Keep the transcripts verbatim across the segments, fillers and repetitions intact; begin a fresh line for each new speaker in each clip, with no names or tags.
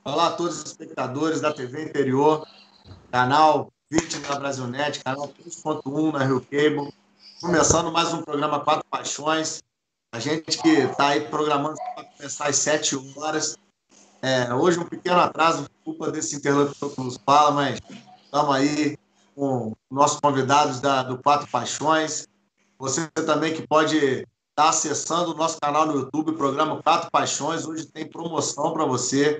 Olá a todos os espectadores da T V Interior, canal vinte na Brasilnet, canal três ponto um na Rio Cable. Começando mais um programa Quatro Paixões. A gente que está aí programando para começar às sete horas. É, hoje um pequeno atraso, culpa desse interlocutor que nos fala, mas estamos aí com nossos convidados da, do Quatro Paixões. Você também que pode estar acessando o nosso canal no YouTube, o programa Quatro Paixões. Hoje tem promoção para você.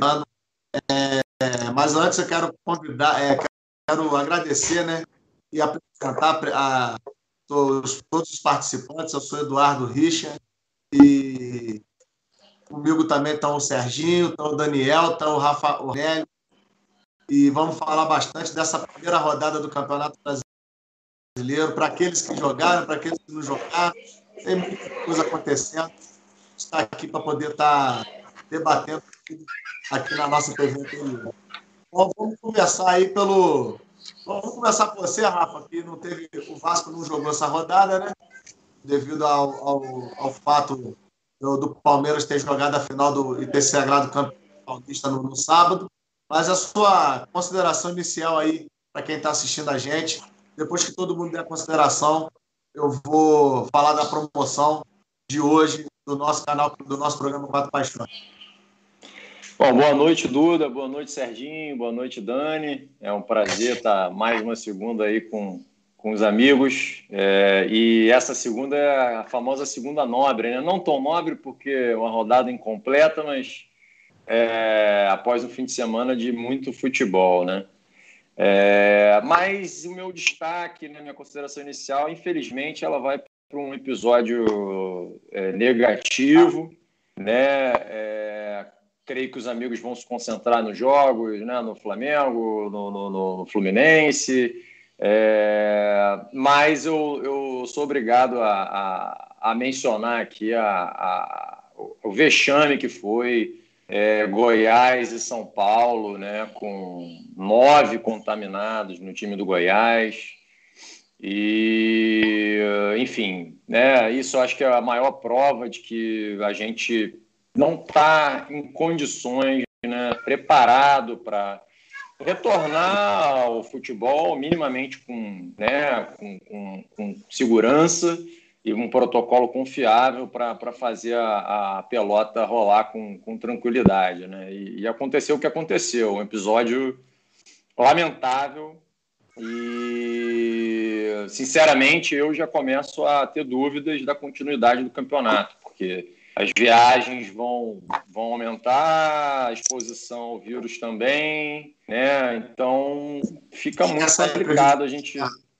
É, mas antes eu quero convidar, é, quero agradecer, né, e apresentar a, todos, todos os participantes. Eu sou Eduardo Richa e comigo também estão o Serginho, estão o Daniel, estão o Rafa Aurélio, e vamos falar bastante dessa primeira rodada do Campeonato Brasileiro, para aqueles que jogaram, para aqueles que não jogaram. Tem muita coisa acontecendo. Está aqui para poder estar debatendo aqui na nossa T V Interior. Então, vamos começar aí pelo... Vamos começar por você, Rafa, que não teve... o Vasco não jogou essa rodada, né? Devido ao, ao, ao fato do, do Palmeiras ter jogado a final do, e ter se sagrado campeão paulista no, no sábado. Mas a sua consideração inicial aí, para quem está assistindo a gente, depois que todo mundo der a consideração, eu vou falar da promoção de hoje do nosso canal, do nosso programa Quatro Paixões.
Bom, boa noite, Duda, boa noite, Serginho, boa noite, Dani. É um prazer estar mais uma segunda aí com, com os amigos. É, e essa segunda é a famosa segunda nobre, né? Não tão nobre porque é uma rodada incompleta, mas é, após um fim de semana de muito futebol, né? É, mas o meu destaque, né, minha consideração inicial, infelizmente, ela vai para um episódio é, negativo, né? É, creio que os amigos vão se concentrar nos jogos, né? No Flamengo, no, no, no Fluminense, é, mas eu, eu sou obrigado a, a, a mencionar aqui a, a, o vexame que foi é, Goiás e São Paulo, né? Com nove contaminados no time do Goiás. E, enfim, né? Isso eu acho que é a maior prova de que a gente não está em condições, né, preparado para retornar ao futebol minimamente com, né, com, com, com segurança e um protocolo confiável para fazer a, a pelota rolar com, com tranquilidade, né? E, e aconteceu o que aconteceu, um episódio lamentável e, sinceramente, eu já começo a ter dúvidas da continuidade do campeonato, porque as viagens vão, vão aumentar, a exposição ao vírus também, né? Então fica muito complicado a gente...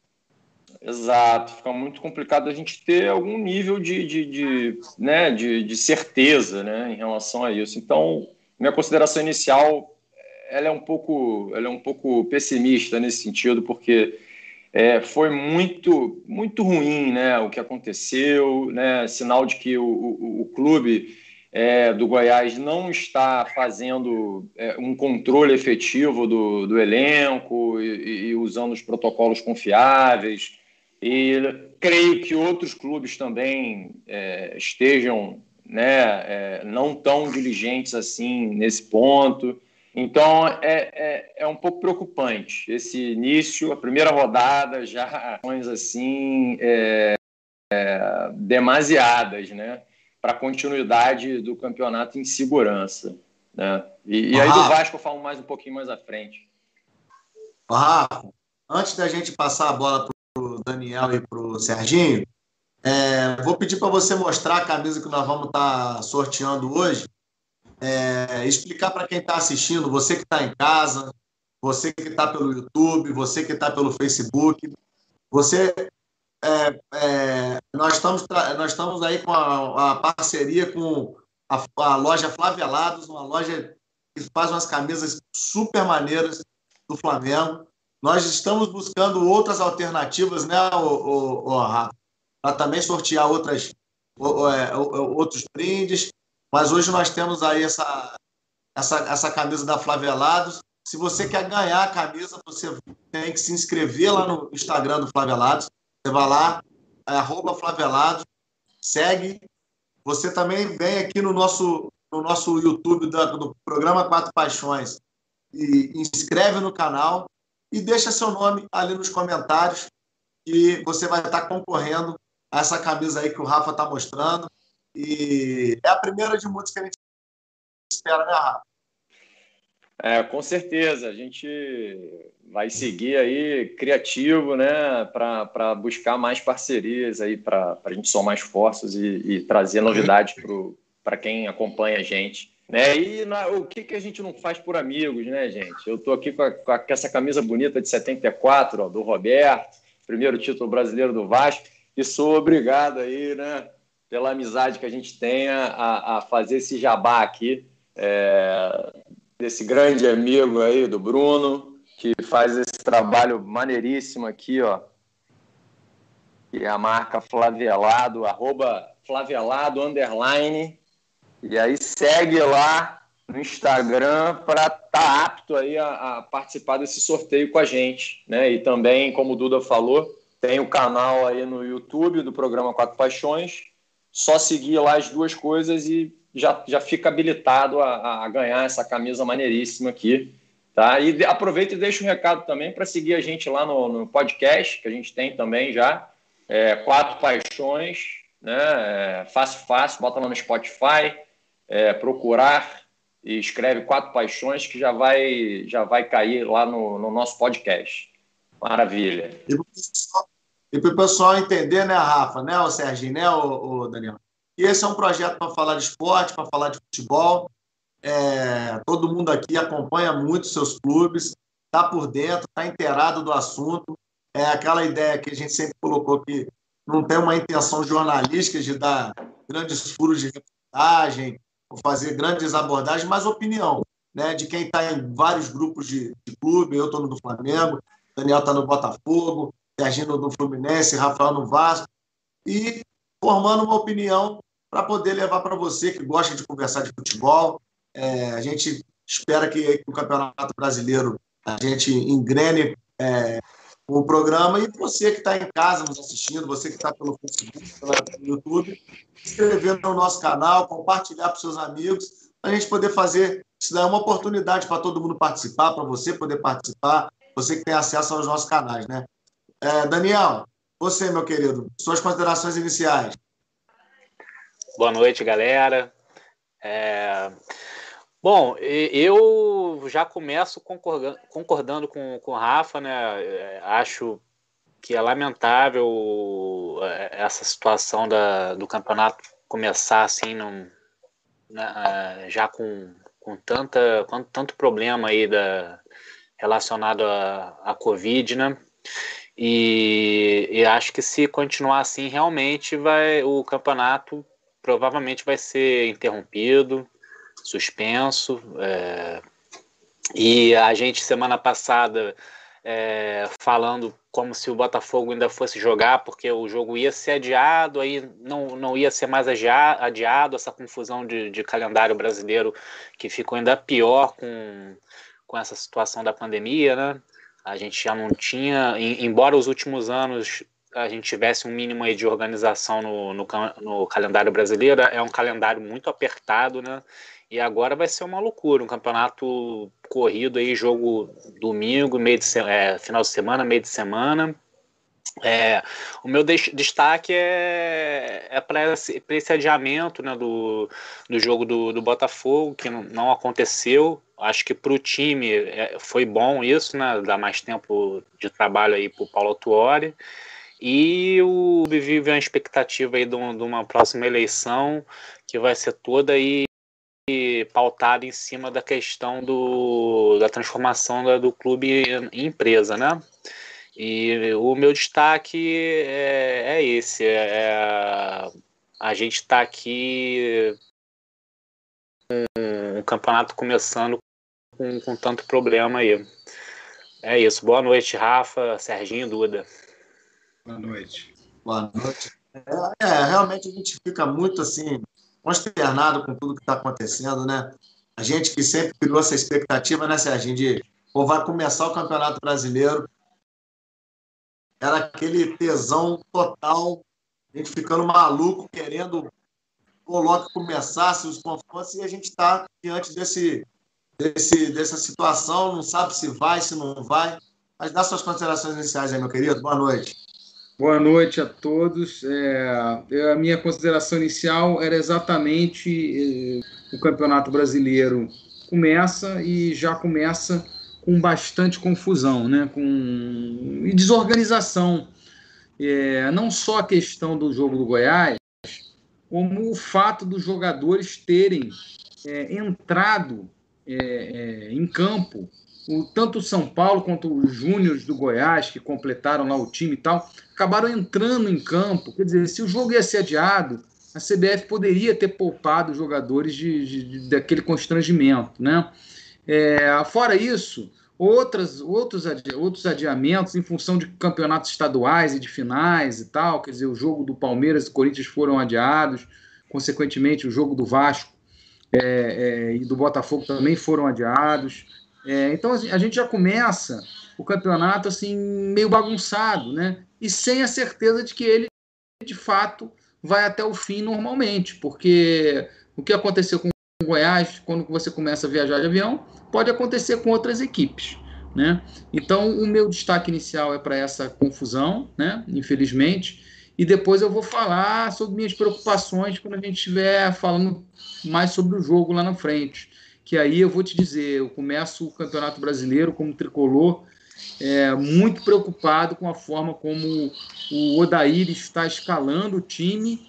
Exato, fica muito complicado a gente ter algum nível de, de, de, né, de, de certeza, né, em relação a isso. Então, minha consideração inicial ela é um pouco, ela é um pouco pessimista nesse sentido, porque É, foi muito, muito ruim, né, o que aconteceu, né, sinal de que o, o, o clube é, do Goiás não está fazendo é, um controle efetivo do, do elenco e, e usando os protocolos confiáveis. E creio que outros clubes também é, estejam, né, é, não tão diligentes assim nesse ponto. Então, é, é, é um pouco preocupante esse início, a primeira rodada, já assim, é, é, demasiadas, né, para a continuidade do campeonato em segurança, né? E, e aí do Vasco eu falo mais um pouquinho mais à frente.
Rafa, antes da gente passar a bola para o Daniel e para o Serginho, é, vou pedir para você mostrar a camisa que nós vamos estar sorteando hoje. É, explicar para quem está assistindo, você que está em casa, você que está pelo YouTube, você que está pelo Facebook, você, é, é, nós, estamos, nós estamos aí com a, a parceria com a, a loja Flavelados, uma loja que faz umas camisas super maneiras do Flamengo. Nós estamos buscando outras alternativas, né, o, o, o Rafa, para também sortear outras, o, é, outros brindes. Mas hoje nós temos aí essa, essa, essa camisa da Flavelados. Se você quer ganhar a camisa, você tem que se inscrever lá no Instagram do Flavelados. Você vai lá, é arroba Flavelados, segue. Você também vem aqui no nosso, no nosso YouTube do, do programa Quatro Paixões e inscreve no canal e deixa seu nome ali nos comentários que você vai estar concorrendo a essa camisa aí que o Rafa está mostrando. E é a primeira de muitas que a gente espera, né, Rafa?
É, com certeza. A gente vai seguir aí criativo, né, para buscar mais parcerias aí, para a gente somar esforços e, e trazer novidades para quem acompanha a gente. Né? E na, o que, que a gente não faz por amigos, né, gente? Eu estou aqui com, a, com, a, com essa camisa bonita de setenta e quatro, ó, do Roberto, primeiro título brasileiro do Vasco, e sou obrigado aí, né, pela amizade que a gente tenha a, a fazer esse jabá aqui, é, desse grande amigo aí, do Bruno, que faz esse trabalho maneiríssimo aqui, ó, que é a marca Flavelado, arroba Flavelado, underline. E aí segue lá no Instagram para estar tá apto aí a, a participar desse sorteio com a gente, né? E também, como o Duda falou, tem o canal aí no YouTube do programa Quatro Paixões. Só seguir lá as duas coisas e já, já fica habilitado a, a ganhar essa camisa maneiríssima aqui, tá? E aproveita e deixa um recado também para seguir a gente lá no, no podcast, que a gente tem também já, é, Quatro Paixões, né? É, fácil, fácil, bota lá no Spotify. É, procurar e escreve Quatro Paixões que já vai, já vai cair lá no, no nosso podcast. Maravilha.
E para o pessoal entender, né, Rafa, né, o Serginho, né, o, o Daniel? E esse é um projeto para falar de esporte, para falar de futebol. É, todo mundo aqui acompanha muito seus clubes, está por dentro, está inteirado do assunto. É aquela ideia que a gente sempre colocou que não tem uma intenção jornalística de dar grandes furos de reportagem, ou fazer grandes abordagens, mas opinião, né, de quem está em vários grupos de, de clube. Eu estou no do Flamengo, Daniel está no Botafogo, Serginho no Fluminense, Rafael no Vasco, e formando uma opinião para poder levar para você que gosta de conversar de futebol. É, a gente espera que o Campeonato Brasileiro a gente engrene é, o programa, e você que está em casa nos assistindo, você que está pelo Facebook, pelo YouTube, se inscrever no nosso canal, compartilhar para os seus amigos, para a gente poder fazer, isso daí é uma oportunidade para todo mundo participar, para você poder participar, você que tem acesso aos nossos canais, né? É, Daniel, você, meu querido, suas considerações iniciais.
Boa noite, galera. É... Bom, eu já começo concordando, concordando com, com o Rafa, né? Acho que é lamentável essa situação da, do campeonato começar assim, num, né, já com, com, tanta, com tanto problema aí da, relacionado à, à Covid, né? E, e acho que se continuar assim, realmente vai, o campeonato provavelmente vai ser interrompido, suspenso. É, e a gente, semana passada, é, falando como se o Botafogo ainda fosse jogar, porque o jogo ia ser adiado, aí não, não ia ser mais adiado, essa confusão de, de calendário brasileiro que ficou ainda pior com, com essa situação da pandemia, né? A gente já não tinha, embora os últimos anos a gente tivesse um mínimo aí de organização no, no, no calendário brasileiro, é um calendário muito apertado, né? E agora vai ser uma loucura, um campeonato corrido aí, jogo domingo, meio de, é, final de semana, meio de semana. É, o meu destaque é, é para esse, esse adiamento, né, do, do jogo do, do Botafogo, que não, não aconteceu. Acho que para o time é, foi bom isso, né, dar mais tempo de trabalho aí para o Paulo Tuori. E o vive uma expectativa aí de, um, de uma próxima eleição que vai ser toda aí pautada em cima da questão do, da transformação da, do clube em empresa, né? E o meu destaque é, é esse, é, a gente está aqui com um campeonato começando com, com tanto problema aí. É isso, boa noite, Rafa, Serginho, Duda.
Boa noite. Boa noite. É, é, realmente a gente fica muito assim, consternado com tudo que está acontecendo, né? A gente que sempre criou essa expectativa, né, Serginho, de ou vai começar o Campeonato Brasileiro, era aquele tesão total, a gente ficando maluco, querendo coloque começasse os confrontos e a gente está diante desse, desse, dessa situação, não sabe se vai, se não vai. Mas dá suas considerações iniciais aí, meu querido. Boa noite.
Boa noite a todos. É, a minha consideração inicial era exatamente é, o Campeonato Brasileiro começa e já começa com bastante confusão, né? Com e desorganização. É, não só a questão do jogo do Goiás, como o fato dos jogadores terem é, entrado é, é, em campo, o, tanto o São Paulo quanto os júniores do Goiás, que completaram lá o time e tal, acabaram entrando em campo. Quer dizer, se o jogo ia ser adiado, a C B F poderia ter poupado os jogadores de, de, de, daquele constrangimento, né? É, fora isso, outras, outros, adi, outros adiamentos em função de campeonatos estaduais e de finais e tal, quer dizer, o jogo do Palmeiras e Corinthians foram adiados, consequentemente o jogo do Vasco é, é, e do Botafogo também foram adiados. É, então a gente já começa o campeonato assim meio bagunçado, né? E sem a certeza de que ele de fato vai até o fim normalmente, porque o que aconteceu com o Goiás quando você começa a viajar de avião pode acontecer com outras equipes, né? Então o meu destaque inicial é para essa confusão, né? Infelizmente, e depois eu vou falar sobre minhas preocupações quando a gente estiver falando mais sobre o jogo lá na frente. Que aí eu vou te dizer, eu começo o Campeonato Brasileiro como tricolor, é, muito preocupado com a forma como o Odair está escalando o time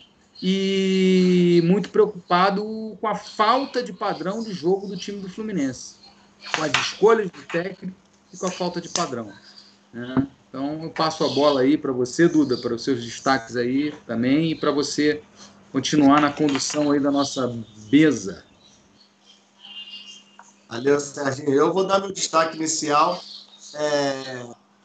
e muito preocupado com a falta de padrão de jogo do time do Fluminense, com as escolhas do técnico e com a falta de padrão, né? Então eu passo a bola aí para você, Duda, para os seus destaques aí também e para você continuar na condução aí da nossa mesa.
Valeu, Serginho. Eu vou dar meu destaque inicial. É...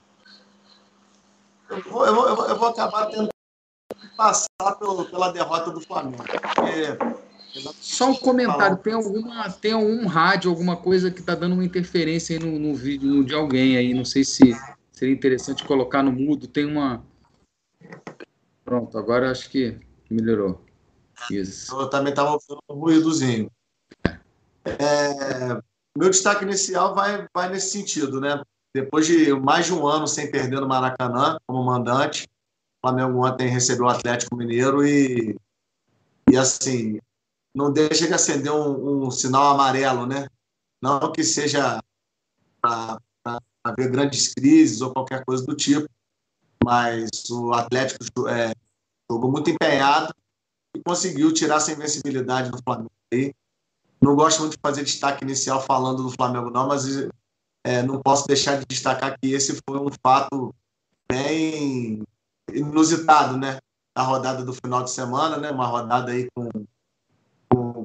Eu, vou, eu, vou, eu vou acabar tendo que passar pelo, pela derrota do Flamengo. Porque...
Só um comentário. Tem, alguma, tem algum rádio, alguma coisa que está dando uma interferência aí no, no vídeo de alguém aí. Não sei se seria interessante colocar no mudo. Tem uma... Pronto, agora acho que melhorou. Isso.
Eu também estava ouvindo um ruídozinho. É... Meu destaque inicial vai, vai nesse sentido, né? Depois de mais de um ano sem perder no Maracanã como mandante, o Flamengo ontem recebeu o Atlético Mineiro e, e assim, não deixa de acender um, um sinal amarelo, né? Não que seja para haver grandes crises ou qualquer coisa do tipo, mas o Atlético é, jogou muito empenhado e conseguiu tirar essa invencibilidade do Flamengo aí. Não gosto muito de fazer destaque inicial falando do Flamengo, não, mas é, não posso deixar de destacar que esse foi um fato bem inusitado, né? A rodada do final de semana, né? Uma rodada aí com, com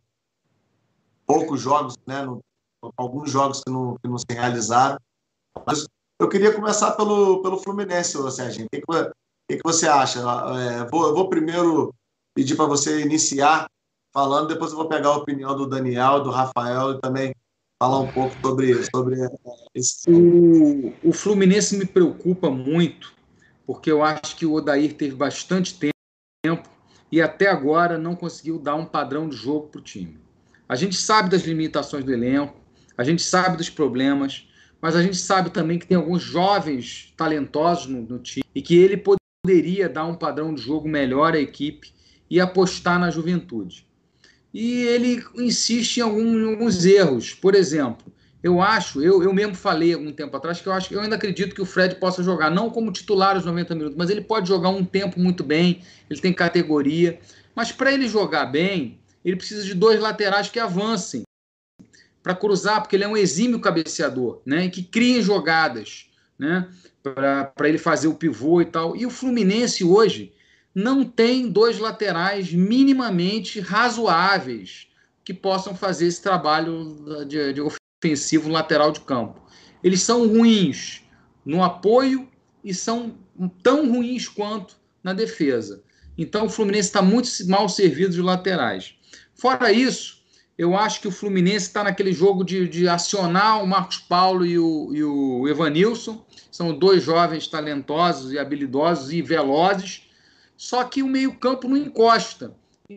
poucos jogos, né? No, alguns jogos que não, que não se realizaram. Mas eu queria começar pelo, pelo Fluminense, Serginho. O que, que, que, que você acha? É, vou, eu vou primeiro pedir para você iniciar falando, depois eu vou pegar a opinião do Daniel, do Rafael e também falar um pouco sobre, sobre esse...
O, o Fluminense me preocupa muito, porque eu acho que o Odair teve bastante tempo e até agora não conseguiu dar um padrão de jogo para o time. A gente sabe das limitações do elenco, a gente sabe dos problemas, mas a gente sabe também que tem alguns jovens talentosos no, no time e que ele poderia dar um padrão de jogo melhor à equipe e apostar na juventude. E ele insiste em, algum, em alguns erros. Por exemplo, eu acho, eu, eu mesmo falei algum tempo atrás, que eu, acho, eu ainda acredito que o Fred possa jogar, não como titular os noventa minutos, mas ele pode jogar um tempo muito bem, ele tem categoria. Mas para ele jogar bem, ele precisa de dois laterais que avancem para cruzar, porque ele é um exímio cabeceador, né, e que criem jogadas, né, para ele fazer o pivô e tal. E o Fluminense hoje não tem dois laterais minimamente razoáveis que possam fazer esse trabalho de, de ofensivo lateral de campo. Eles são ruins no apoio e são tão ruins quanto na defesa. Então o Fluminense está muito mal servido de laterais. Fora isso, eu acho que o Fluminense está naquele jogo de, de acionar o Marcos Paulo e o, e o Evanilson. São dois jovens talentosos e habilidosos e velozes, só que o meio-campo não encosta.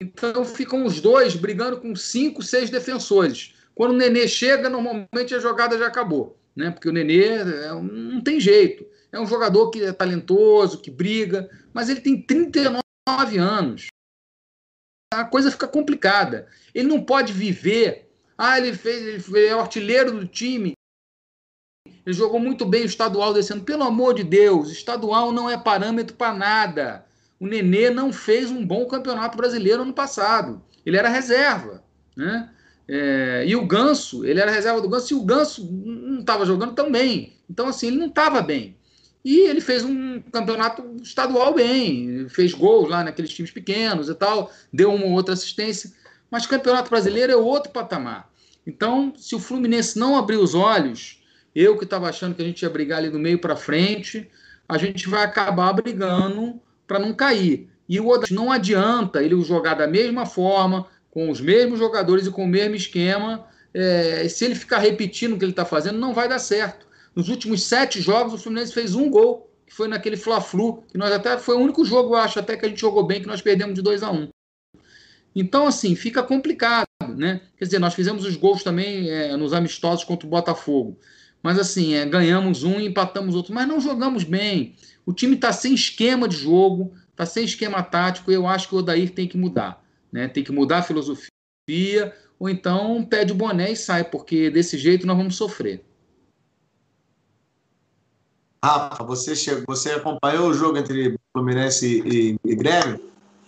Então ficam os dois brigando com cinco, seis defensores. Quando o Nenê chega, normalmente a jogada já acabou, né? Porque o Nenê é um, não tem jeito. É um jogador que é talentoso, que briga, mas ele tem trinta e nove anos. A coisa fica complicada. Ele não pode viver. Ah, ele fez, ele foi artilheiro do time. Ele jogou muito bem o estadual desse ano. Pelo amor de Deus, estadual não é parâmetro para nada. O Nenê não fez um bom campeonato brasileiro ano passado. Ele era reserva, né? É, e o Ganso, ele era reserva do Ganso, e o Ganso não estava jogando tão bem. Então, assim, ele não estava bem. E ele fez um campeonato estadual bem, fez gols lá naqueles times pequenos e tal, deu uma ou outra assistência. Mas campeonato brasileiro é outro patamar. Então, se o Fluminense não abrir os olhos, eu que estava achando que a gente ia brigar ali do meio para frente, a gente vai acabar brigando para não cair. E o Odair não adianta ele jogar da mesma forma, com os mesmos jogadores e com o mesmo esquema. É, se ele ficar repetindo o que ele está fazendo, não vai dar certo. Nos últimos sete jogos, o Fluminense fez um gol, que foi naquele Fla-Flu, que nós até foi o único jogo, eu acho, até que a gente jogou bem, que nós perdemos de dois a um. Então, assim, fica complicado, né? Quer dizer, nós fizemos os gols também é, nos amistosos contra o Botafogo. Mas, assim, é, ganhamos um e empatamos outro. Mas não jogamos bem. O time está sem esquema de jogo, está sem esquema tático, e eu acho que o Odair tem que mudar, né? Tem que mudar a filosofia, ou então pede o boné e sai, porque desse jeito nós vamos sofrer.
Rafa, você, chegou, você acompanhou o jogo entre Fluminense e, e Grêmio?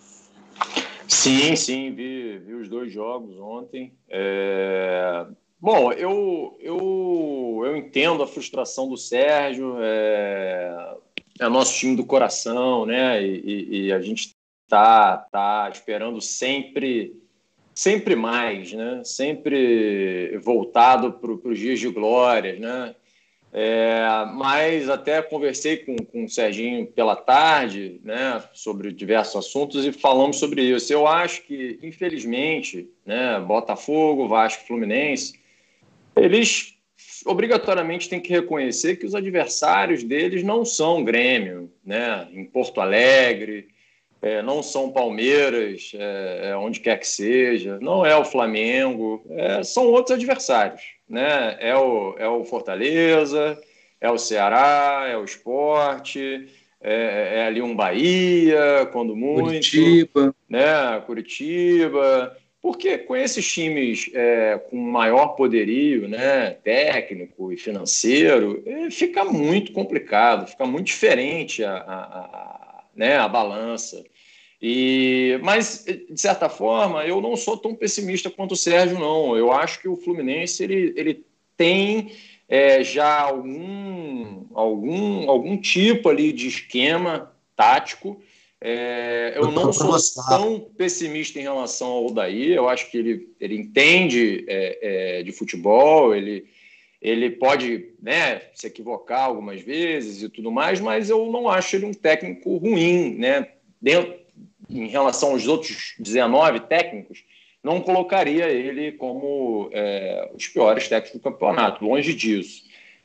Sim, sim, vi, vi os dois jogos ontem. É... Bom, eu, eu, eu entendo a frustração do Sérgio, é, é nosso time do coração, né? E, e, e a gente tá, tá esperando sempre, sempre mais, né? Sempre voltado para os dias de glórias, né? É, mas até conversei com, com o Serginho pela tarde, né, sobre diversos assuntos e falamos sobre isso. Eu acho que, infelizmente, né, Botafogo, Vasco, Fluminense, eles obrigatoriamente têm que reconhecer que os adversários deles não são Grêmio, né, em Porto Alegre, é, não são Palmeiras, é, onde quer que seja, não é o Flamengo, é, são outros adversários, né? É o, é o Fortaleza, é o Ceará, é o Sport, é, é ali um Bahia, quando muito,
Curitiba,
né? Curitiba, porque com esses times é, com maior poderio, né, técnico e financeiro, é, fica muito complicado, fica muito diferente a, a, a, né, a balança. E, mas, de certa forma, eu não sou tão pessimista quanto o Sérgio, não. Eu acho que o Fluminense ele, ele tem é, já algum, algum, algum tipo ali de esquema tático. É, eu não sou tão pessimista em relação ao Odair. Eu acho que ele, ele entende é, é, de futebol, ele, ele pode, né, se equivocar algumas vezes e tudo mais, mas eu não acho ele um técnico ruim, né? Dentro, em relação aos outros dezenove técnicos, não colocaria ele como é, os piores técnicos do campeonato, longe disso.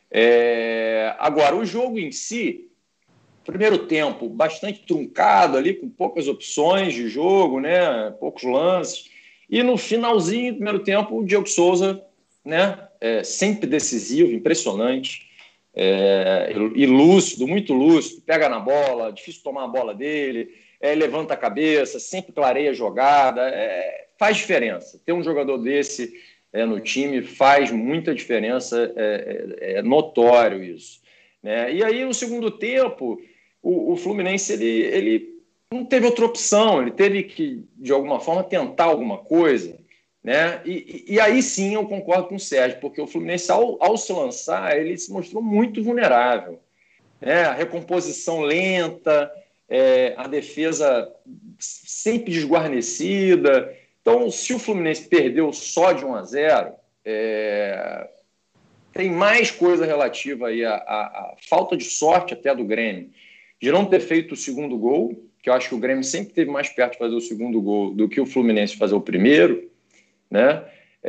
É, agora, o jogo em si, primeiro tempo bastante truncado ali, com poucas opções de jogo, né, poucos lances, e no finalzinho do primeiro tempo, o Diego Souza, né, é, sempre decisivo, impressionante, é, e lúcido, muito lúcido, pega na bola, difícil tomar a bola dele, É, levanta a cabeça, sempre clareia a jogada, é, faz diferença. Ter um jogador desse é, no time faz muita diferença, é, é, é notório isso, né? E aí, no segundo tempo, o, o Fluminense ele, ele não teve outra opção, ele teve que, de alguma forma, tentar alguma coisa, né? E, e aí sim eu concordo com o Sérgio, porque o Fluminense, ao, ao se lançar, ele se mostrou muito vulnerável, né? A recomposição lenta, É, a defesa sempre desguarnecida. Então, se o Fluminense perdeu só de um a zero, é, tem mais coisa relativa aí à, à, à falta de sorte até do Grêmio, de não ter feito o segundo gol, que eu acho que o Grêmio sempre esteve mais perto de fazer o segundo gol do que o Fluminense fazer o primeiro, né?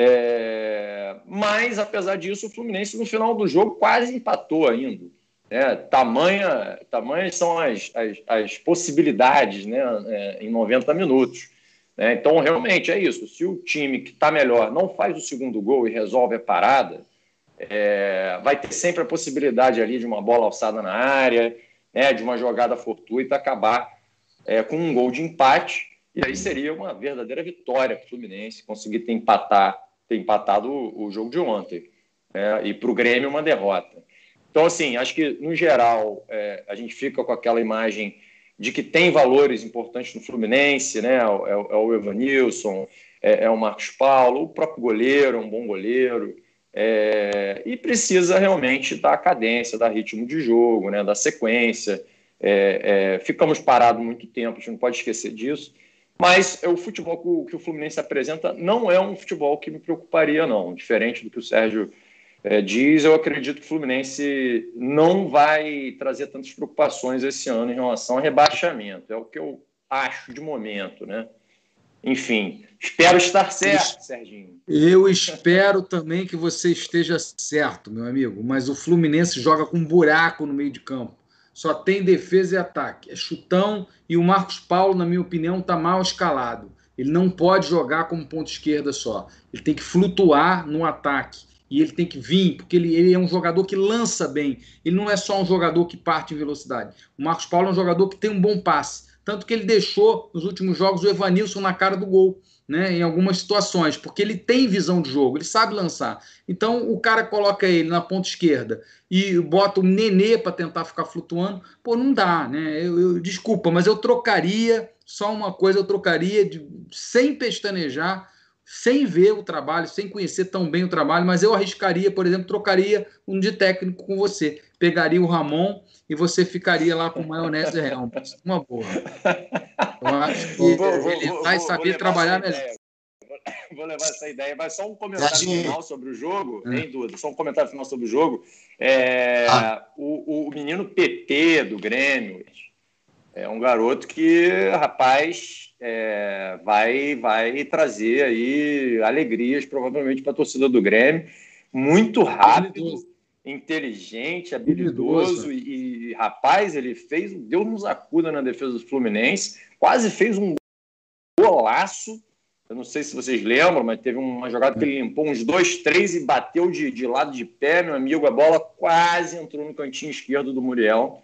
É, mas, apesar disso, o Fluminense no final do jogo quase empatou ainda. É, tamanha, tamanhas são as, as, as possibilidades, né, é, em noventa minutos. Né? Então, realmente, é isso. Se o time que está melhor não faz o segundo gol e resolve a parada, é, vai ter sempre a possibilidade ali de uma bola alçada na área, né, de uma jogada fortuita acabar é, com um gol de empate, e aí seria uma verdadeira vitória para o Fluminense conseguir ter, empatar, ter empatado o, o jogo de ontem, né, e para o Grêmio uma derrota. Então, assim, acho que, no geral, é, a gente fica com aquela imagem de que tem valores importantes no Fluminense, né? É, é o Evanilson, é, é o Marcos Paulo, o próprio goleiro, é um bom goleiro, é, e precisa realmente dar cadência, dar ritmo de jogo, né? Dar sequência. É, é, ficamos parados muito tempo, a gente não pode esquecer disso, mas é, o futebol que o, que o Fluminense apresenta não é um futebol que me preocuparia, não. Diferente do que o Sérgio É, diz, eu acredito que o Fluminense não vai trazer tantas preocupações esse ano em relação ao rebaixamento. É o que eu acho de momento, né? Enfim, espero estar certo, Serginho.
Eu espero também que você esteja certo, meu amigo, mas o Fluminense joga com um buraco no meio de campo. Só tem defesa e ataque. É chutão e o Marcos Paulo, na minha opinião, está mal escalado. Ele não pode jogar como ponto esquerda só. Ele tem que flutuar no ataque. E ele tem que vir, porque ele, ele é um jogador que lança bem. Ele não é só um jogador que parte em velocidade. O Marcos Paulo é um jogador que tem um bom passe. Tanto que ele deixou, nos últimos jogos, o Evanilson na cara do gol, né, em algumas situações, porque ele tem visão de jogo, ele sabe lançar. Então, o cara coloca ele na ponta esquerda e bota o Nenê para tentar ficar flutuando. Pô, não dá, né? Eu, eu, desculpa, mas eu trocaria, só uma coisa, eu trocaria de, sem pestanejar, sem ver o trabalho, sem conhecer tão bem o trabalho, mas eu arriscaria, por exemplo, trocaria um de técnico com você. Pegaria o Ramon e você ficaria lá com maionese e Helmut. Uma boa. Eu acho que
vou, vou,
ele
vou,
vai
vou,
saber
vou
trabalhar melhor.
Vou levar essa ideia, mas só um comentário
Jardim.
final sobre o jogo, é. Em dúvida, só um comentário final sobre o jogo. É, ah. o, o menino P P do Grêmio é um garoto que, rapaz, é, vai, vai trazer aí alegrias, provavelmente, para a torcida do Grêmio. Muito rápido, habilidoso. Inteligente, habilidoso. habilidoso. E, e, rapaz, ele fez, Deus nos acuda na defesa do Fluminense, quase fez um golaço. Eu não sei se vocês lembram, mas teve uma jogada que ele limpou uns dois, três e bateu de, de lado de pé, meu amigo. A bola quase entrou no cantinho esquerdo do Muriel.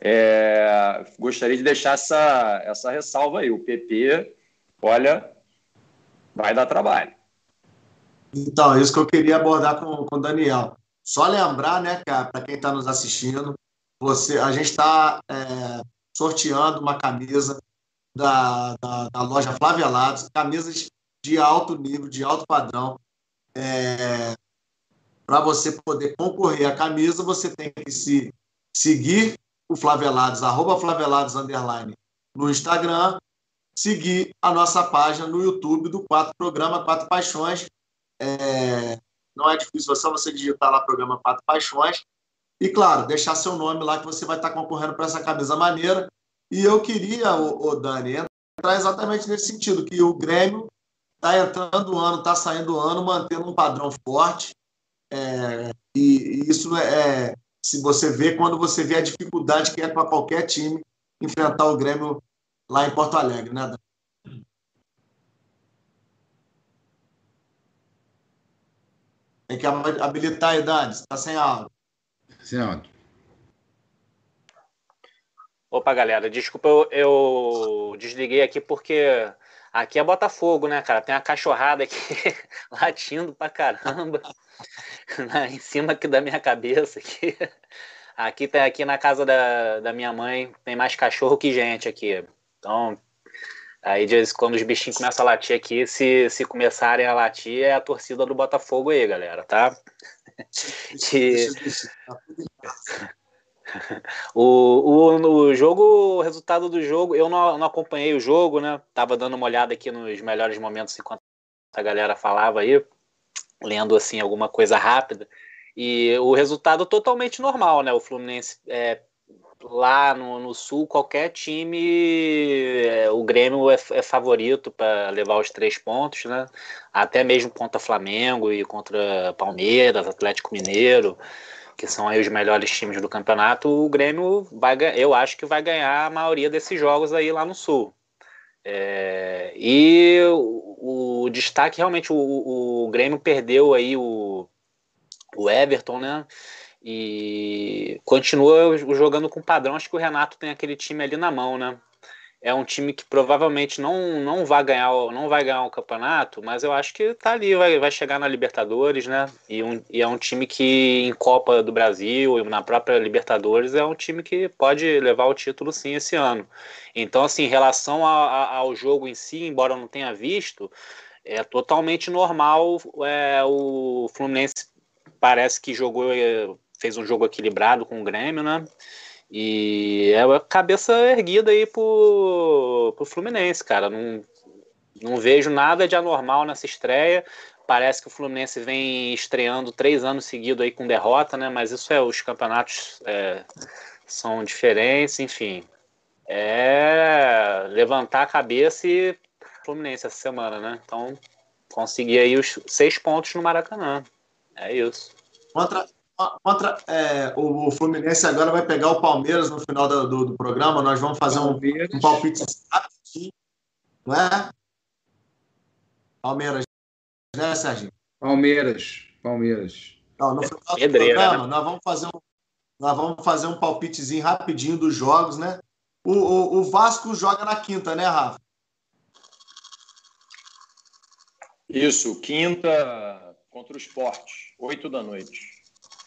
É, gostaria de deixar essa, essa ressalva aí. O P P, olha, vai dar trabalho.
Então, isso que eu queria abordar com, com o Daniel. Só lembrar, né, cara, para quem está nos assistindo, você, a gente está é, sorteando uma camisa da, da, da loja Flavelados, camisas de alto nível, de alto padrão. É, para você poder concorrer à camisa, você tem que se seguir o Flavelados, arroba Flavelados, underline, no Instagram, seguir a nossa página no YouTube do Quatro Programa Quatro Paixões. É, não é difícil, é só você digitar lá Programa Quatro Paixões e, claro, deixar seu nome lá que você vai estar concorrendo para essa camisa maneira. E eu queria, o, o Dani, entrar exatamente nesse sentido, que o Grêmio está entrando o ano, está saindo o ano, mantendo um padrão forte. É, e, e isso é, é, se você vê, quando você vê a dificuldade que é para qualquer time enfrentar o Grêmio lá em Porto Alegre, né, Dani? Tem que habilitar a idade, você está sem áudio.
Sem áudio.
Opa, galera, desculpa, eu, eu desliguei aqui porque aqui é Botafogo, né, cara? Tem uma cachorrada aqui latindo pra caramba em cima aqui da minha cabeça. Aqui, aqui, tem, aqui na casa da, da minha mãe tem mais cachorro que gente aqui. Então, aí quando os bichinhos começam a latir aqui, se, se começarem a latir, é a torcida do Botafogo aí, galera, tá? Que... O, o, o jogo, o resultado do jogo, eu não, não acompanhei o jogo, né? Tava dando uma olhada aqui nos melhores momentos enquanto a galera falava aí, lendo assim alguma coisa rápida. E o resultado totalmente normal, né? O Fluminense é, lá no, no Sul, qualquer time, é, o Grêmio é, é favorito para levar os três pontos, né? Até mesmo contra Flamengo e contra Palmeiras, Atlético Mineiro, que são aí os melhores times do campeonato. O Grêmio vai, eu acho que vai ganhar a maioria desses jogos aí lá no Sul. É, e o, o destaque, realmente, o, o Grêmio perdeu aí o, o Everton, né? E continua jogando com padrão. Acho que o Renato tem aquele time ali na mão, né? É um time que provavelmente não, não, vai, ganhar, não vai ganhar o campeonato, mas eu acho que tá ali, vai, vai chegar na Libertadores, né? E, um, e é um time que em Copa do Brasil e na própria Libertadores é um time que pode levar o título sim esse ano. Então, assim, em relação a, a, ao jogo em si, embora eu não tenha visto, é totalmente normal. É, o Fluminense parece que jogou, fez um jogo equilibrado com o Grêmio, né? E é a cabeça erguida aí pro, pro Fluminense, cara. Não, não vejo nada de anormal nessa estreia. Parece que o Fluminense vem estreando três anos seguidos aí com derrota, né? Mas isso é, os campeonatos é, são diferentes, enfim. É levantar a cabeça e Fluminense essa semana, né? Então, conseguir aí os seis pontos no Maracanã. É isso.
Contra, contra é, o, o Fluminense agora vai pegar o Palmeiras no final do, do, do programa. Nós vamos fazer um, um palpite rapidinho, não é? Palmeiras, né, Serginho?
Palmeiras, Palmeiras.
Não, no final do
Pedreira,
programa,
né?
nós vamos fazer um, nós vamos fazer um palpitezinho rapidinho dos jogos, né? O, o, o Vasco joga na quinta, né, Rafa?
Isso, quinta contra o Sport, oito da noite.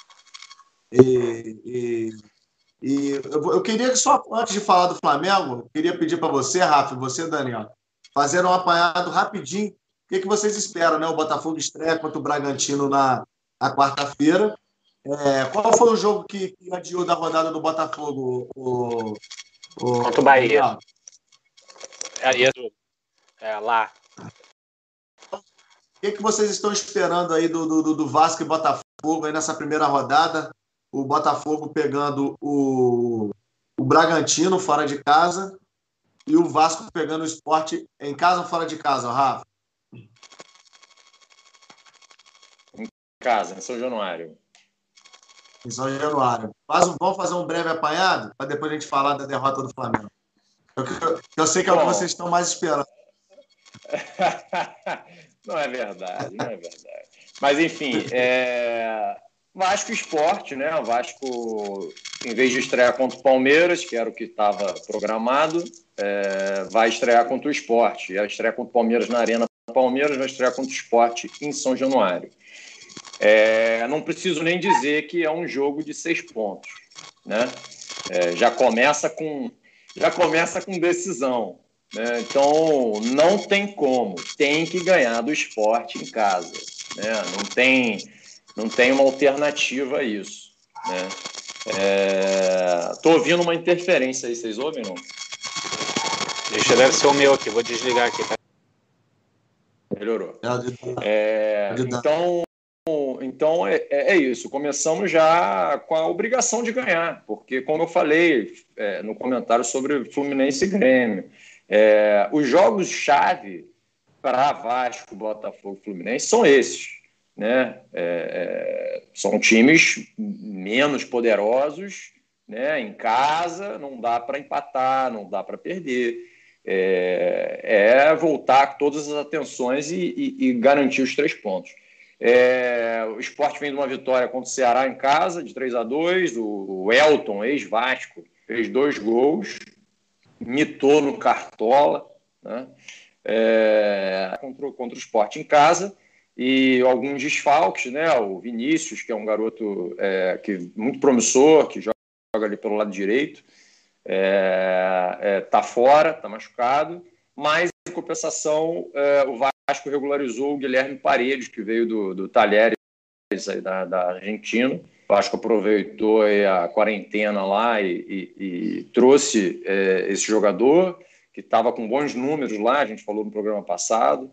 E, e, e eu, eu queria só, antes de falar do Flamengo, eu queria pedir para você, Rafa, e você, Daniel, fazer um apanhado rapidinho. O que, que vocês esperam, né? O Botafogo estreia contra o Bragantino na, na quarta-feira. É, qual foi o jogo que, que adiou da rodada do Botafogo? O, o,
Contra o Bahia.
Daniel?
É, isso. É lá.
O que, que vocês estão esperando aí do, do, do Vasco e Botafogo aí nessa primeira rodada? O Botafogo pegando o, o Bragantino fora de casa e o Vasco pegando o Sport em casa ou fora de casa, Rafa?
Em casa, em São Januário.
Em São Januário. Faz um, vamos fazer um breve apanhado para depois a gente falar da derrota do Flamengo. Eu, eu, eu sei que é o que vocês estão mais esperando.
Não é verdade, não é verdade. Mas, enfim, é... Vasco Sport, né? O Vasco, em vez de estrear contra o Palmeiras, que era o que estava programado, é... vai estrear contra o Sport. Ia estrear contra o Palmeiras na Arena Palmeiras, vai estrear contra o Sport em São Januário. É... Não preciso nem dizer que é um jogo de seis pontos, né? É... Já começa com, já começa com decisão. Né? Então, não tem como, tem que ganhar do Sport em casa, né? Não tem, não tem uma alternativa a isso, né? Estou é... ouvindo uma interferência aí, vocês ouvem, não?
Deixa, deve ser o meu aqui, vou desligar aqui. Tá?
Melhorou. É... Então, então é, é isso, começamos já com a obrigação de ganhar, porque, como eu falei é, no comentário sobre Fluminense e Grêmio, É, os jogos-chave para Vasco, Botafogo e Fluminense são esses, né? É, é, são times menos poderosos, né? Em casa não dá para empatar, não dá para perder. É, é voltar com todas as atenções e, e, e garantir os três pontos. É, o Sport vem de uma vitória contra o Ceará em casa, de três a dois. O, o Elton, ex-Vasco, fez dois gols. Mitou no Cartola, né? é, contra, contra o Sport em casa, e alguns desfalques, né? O Vinícius, que é um garoto é, que, muito promissor, que joga ali pelo lado direito, é, é, tá fora, tá machucado, mas em compensação é, o Vasco regularizou o Guilherme Paredes, que veio do, do Talheres aí da, da Argentina. O Vasco aproveitou a quarentena lá e, e, e trouxe é, esse jogador, que estava com bons números lá, a gente falou no programa passado.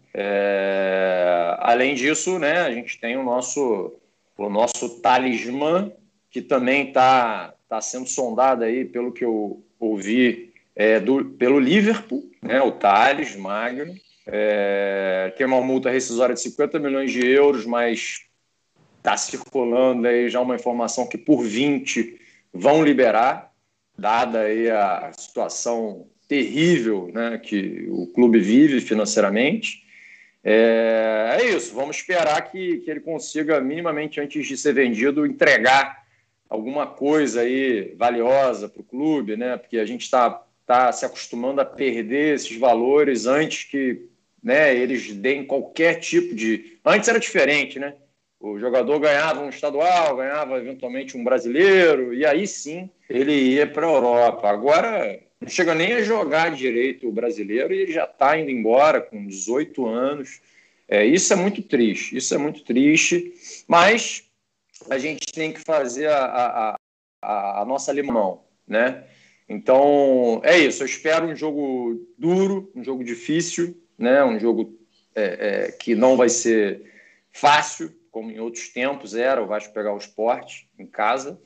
É, além disso, né, a gente tem o nosso, o nosso talismã, que também está tá sendo sondado aí, pelo que eu ouvi, é, do, pelo Liverpool, né, o Thales Magno. É, tem uma multa rescisória de cinquenta milhões de euros, mas está circulando aí já uma informação que por vinte vão liberar, dada aí a situação terrível, né, que o clube vive financeiramente. É, é isso, vamos esperar que, que ele consiga, minimamente antes de ser vendido, entregar alguma coisa aí valiosa para o clube, né? Porque a gente está tá se acostumando a perder esses valores antes que, né, eles deem qualquer tipo de... Antes era diferente, né? O jogador ganhava um estadual, ganhava eventualmente um brasileiro, e aí sim ele ia para a Europa. Agora não chega nem a jogar direito o brasileiro e ele já está indo embora com dezoito anos. É, isso é muito triste, isso é muito triste, mas a gente tem que fazer a, a, a, a nossa limão, né? Então, é isso. Eu espero um jogo duro, um jogo difícil, né? Um jogo é, é, que não vai ser fácil, como em outros tempos era, o Vasco pegar o Sport em casa.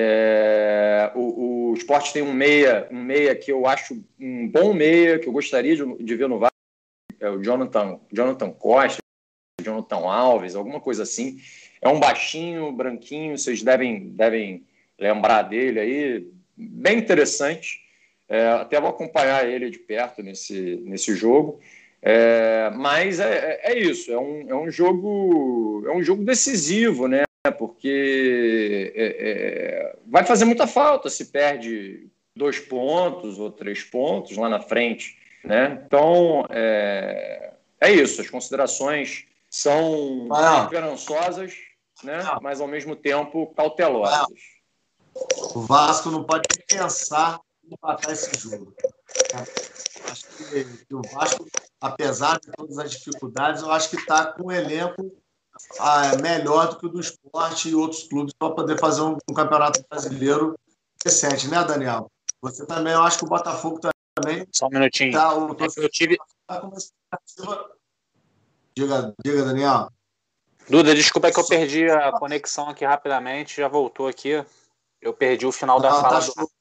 É, o, o Sport tem um meia, um meia que eu acho um bom meia, que eu gostaria de, de ver no Vasco, é o Jonathan, Jonathan Costa, Jonathan Alves, alguma coisa assim. É um baixinho, branquinho, vocês devem, devem lembrar dele aí, bem interessante. É, até vou acompanhar ele de perto nesse, nesse jogo. É, mas é, é isso, é um, é um jogo é um jogo decisivo, né? Porque é, é, vai fazer muita falta se perde dois pontos ou três pontos lá na frente, né? Então é, é isso, as considerações são
Ah,
esperançosas, né? Mas ao mesmo tempo cautelosas.
o Vasco não pode pensar em empatar esse jogo. Acho que, que o Vasco, apesar de todas as dificuldades, eu acho que está com um elenco ah, melhor do que o do Sport e outros clubes para poder fazer um, um campeonato brasileiro decente, né, Daniel? Você também, eu acho que o Botafogo também
Só um minutinho.
tá, o
É que eu tive...
tá com uma expectativa. Diga, diga, Daniel.
Duda, desculpa, é que eu perdi a conexão aqui rapidamente, já voltou aqui. Eu perdi o final da
Não,
fala
tá
do...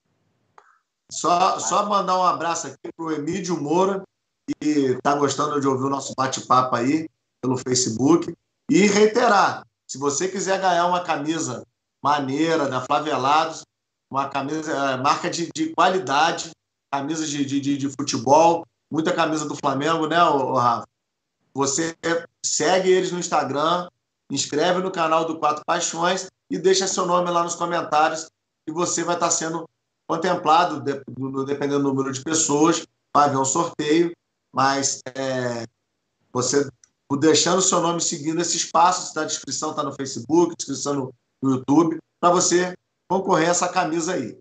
Só, só mandar um abraço aqui para o Emílio Moura, que está gostando de ouvir o nosso bate-papo aí pelo Facebook. E reiterar, se você quiser ganhar uma camisa maneira da Flavelados, uma camisa, é, marca de, de qualidade, camisa de, de, de futebol, muita camisa do Flamengo, né, ô, ô, Rafa? Você segue eles no Instagram, inscreve no canal do Quatro Paixões e deixa seu nome lá nos comentários e você vai estar sendo contemplado, dependendo do número de pessoas, vai haver um sorteio, mas é, você deixando o seu nome seguindo esses passos, tá? A descrição está no Facebook, descrição no, no YouTube, para você concorrer a essa camisa aí.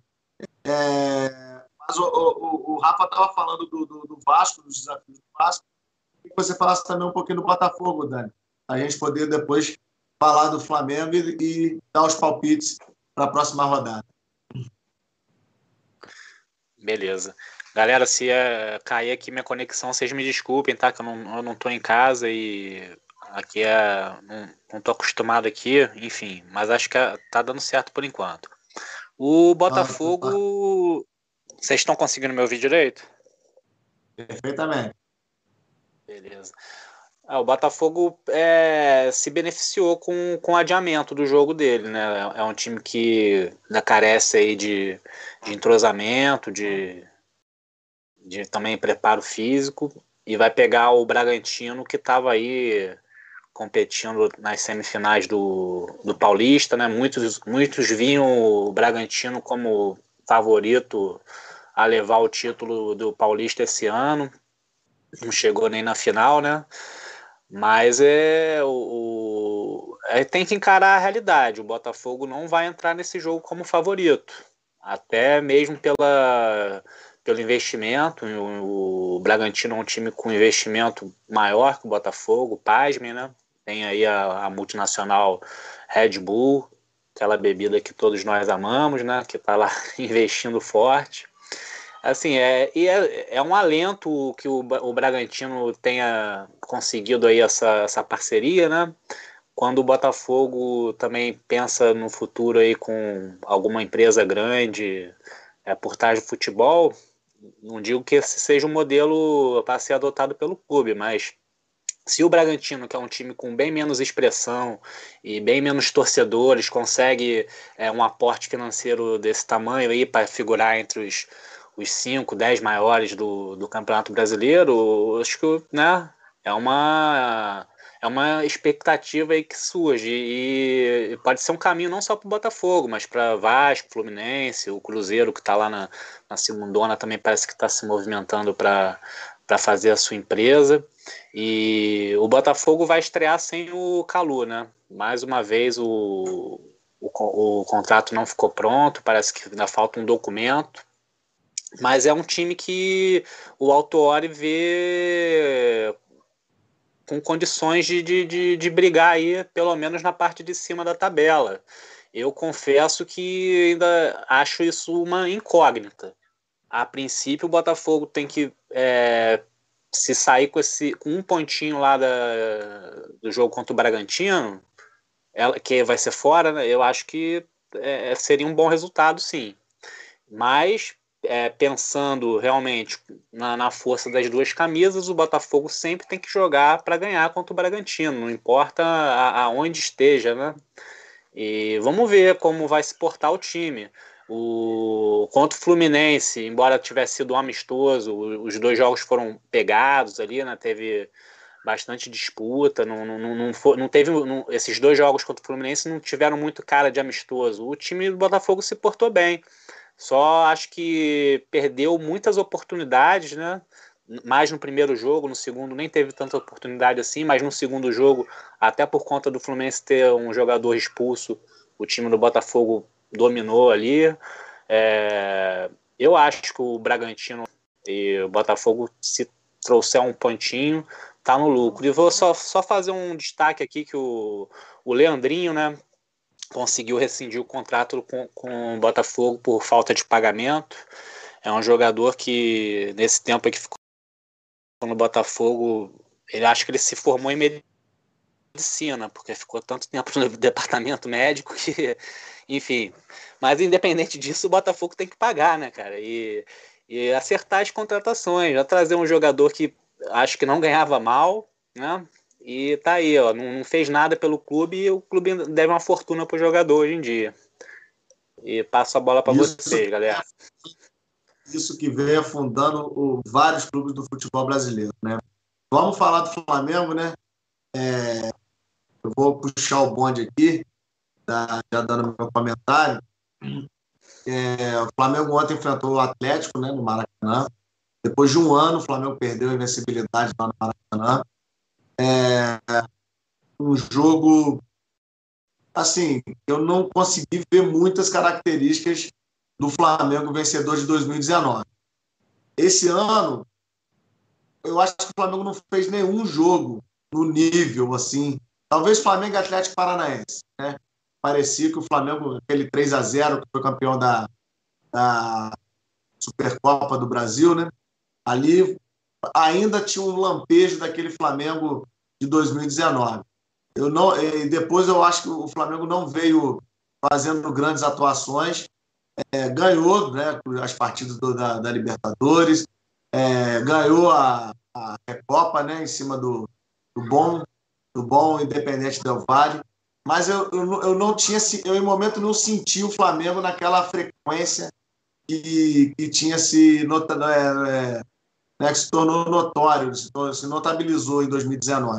É, mas o, o, o Rafa estava falando do, do, do Vasco, dos desafios do Vasco, e que você falasse também um pouquinho do Botafogo, Dani, a gente poder depois falar do Flamengo e, e dar os palpites para a próxima rodada. Beleza.
Galera, se uh, cair aqui minha conexão, vocês me desculpem, tá? Que eu não, eu não tô em casa e aqui é, não, não tô acostumado aqui, enfim, mas acho que tá dando certo por enquanto. O Botafogo... Vocês estão conseguindo me ouvir direito?
Perfeitamente.
Beleza. Ah, o Botafogo é, se beneficiou com, com o adiamento do jogo dele, né? É um time que ainda carece aí de, de entrosamento, de, de também preparo físico, e vai pegar o Bragantino, que estava aí competindo nas semifinais do, do Paulista, né? Muitos, muitos viam o Bragantino como favorito a levar o título do Paulista esse ano. Não chegou nem na final, né? Mas é o, o é, tem que encarar a realidade. O Botafogo não vai entrar nesse jogo como favorito, até mesmo pela, pelo investimento. O, o Bragantino é um time com investimento maior que o Botafogo, pasmem, né? Tem aí a, a multinacional Red Bull, aquela bebida que todos nós amamos, né? Que está lá investindo forte. Assim, é, e é, é um alento que o, o Bragantino tenha conseguido aí essa, essa parceria, né? Quando o Botafogo também pensa no futuro aí com alguma empresa grande é, por trás do futebol, não digo que esse seja um modelo para ser adotado pelo clube, mas se o Bragantino, que é um time com bem menos expressão e bem menos torcedores, consegue é, um aporte financeiro desse tamanho aí para figurar entre os os cinco, dez maiores do, do Campeonato Brasileiro, acho que, né, é uma, é uma expectativa aí que surge, e pode ser um caminho não só para o Botafogo, mas para Vasco, Fluminense, o Cruzeiro, que está lá na, na segundona, também parece que está se movimentando para para fazer a sua empresa. E o Botafogo vai estrear sem o Calu, né? Mais uma vez o, o, o contrato não ficou pronto, parece que ainda falta um documento, mas é um time que o Autuori vê com condições de, de, de, de brigar aí, pelo menos na parte de cima da tabela. Eu confesso que ainda acho isso uma incógnita. A princípio, o Botafogo tem que é, se sair com, esse, com um pontinho lá da, do jogo contra o Bragantino, ela, que vai ser fora, né? Eu acho que é, seria um bom resultado, sim. Mas, é, pensando realmente na, na força das duas camisas, o Botafogo sempre tem que jogar para ganhar contra o Bragantino, não importa aonde esteja, né? E vamos ver como vai se portar o time. O, contra o Fluminense, embora tivesse sido um amistoso, os dois jogos foram pegados ali, né? Teve bastante disputa, não, não, não, foi, não teve não, esses dois jogos contra o Fluminense não tiveram muito cara de amistoso. O time do Botafogo se portou bem, só acho que perdeu muitas oportunidades, né? Mais no primeiro jogo, no segundo nem teve tanta oportunidade assim, mas no segundo jogo, até por conta do Fluminense ter um jogador expulso, o time do Botafogo dominou ali. É, eu acho que o Bragantino e o Botafogo, se trouxer um pontinho, tá no lucro. E vou só, só fazer um destaque aqui que o, o Leandrinho, né, conseguiu rescindir o contrato com, com o Botafogo por falta de pagamento. É um jogador que nesse tempo que ficou no Botafogo, ele acho que ele se formou em medicina, porque ficou tanto tempo no departamento médico que, enfim, mas independente disso, o Botafogo tem que pagar, né, cara, e, e acertar as contratações, já trazer um jogador que acho que não ganhava mal, né, e tá aí, ó, não, não fez nada pelo clube e o clube deve uma fortuna pro jogador hoje em dia. E passo a bola para vocês, galera.
Isso que vem afundando o, vários clubes do futebol brasileiro, né? Vamos falar do Flamengo, né? É, eu vou puxar o bonde aqui, tá, já dando meu comentário. É, o Flamengo ontem enfrentou o Atlético, né, no Maracanã. Depois de um ano, o Flamengo perdeu a invencibilidade lá no Maracanã. É, um jogo, assim, eu não consegui ver muitas características do Flamengo vencedor de dois mil e dezenove. Esse ano, eu acho que o Flamengo não fez nenhum jogo no nível, assim. Talvez Flamengo e Atlético Paranaense, né? Parecia que o Flamengo, aquele três a zero, que foi campeão da, da Supercopa do Brasil, né? Ali ainda tinha um lampejo daquele Flamengo de dois mil e dezenove. Eu não, e depois eu acho que o Flamengo não veio fazendo grandes atuações. É, ganhou, né, as partidas do, da, da Libertadores, é, ganhou a, a Recopa, né, em cima do, do bom do bom Independente Del Valle, mas eu, eu, eu não tinha, eu em momento não senti o Flamengo naquela frequência que, que tinha se nota, é, né, que se tornou notório, se, se notabilizou em dois mil e dezenove.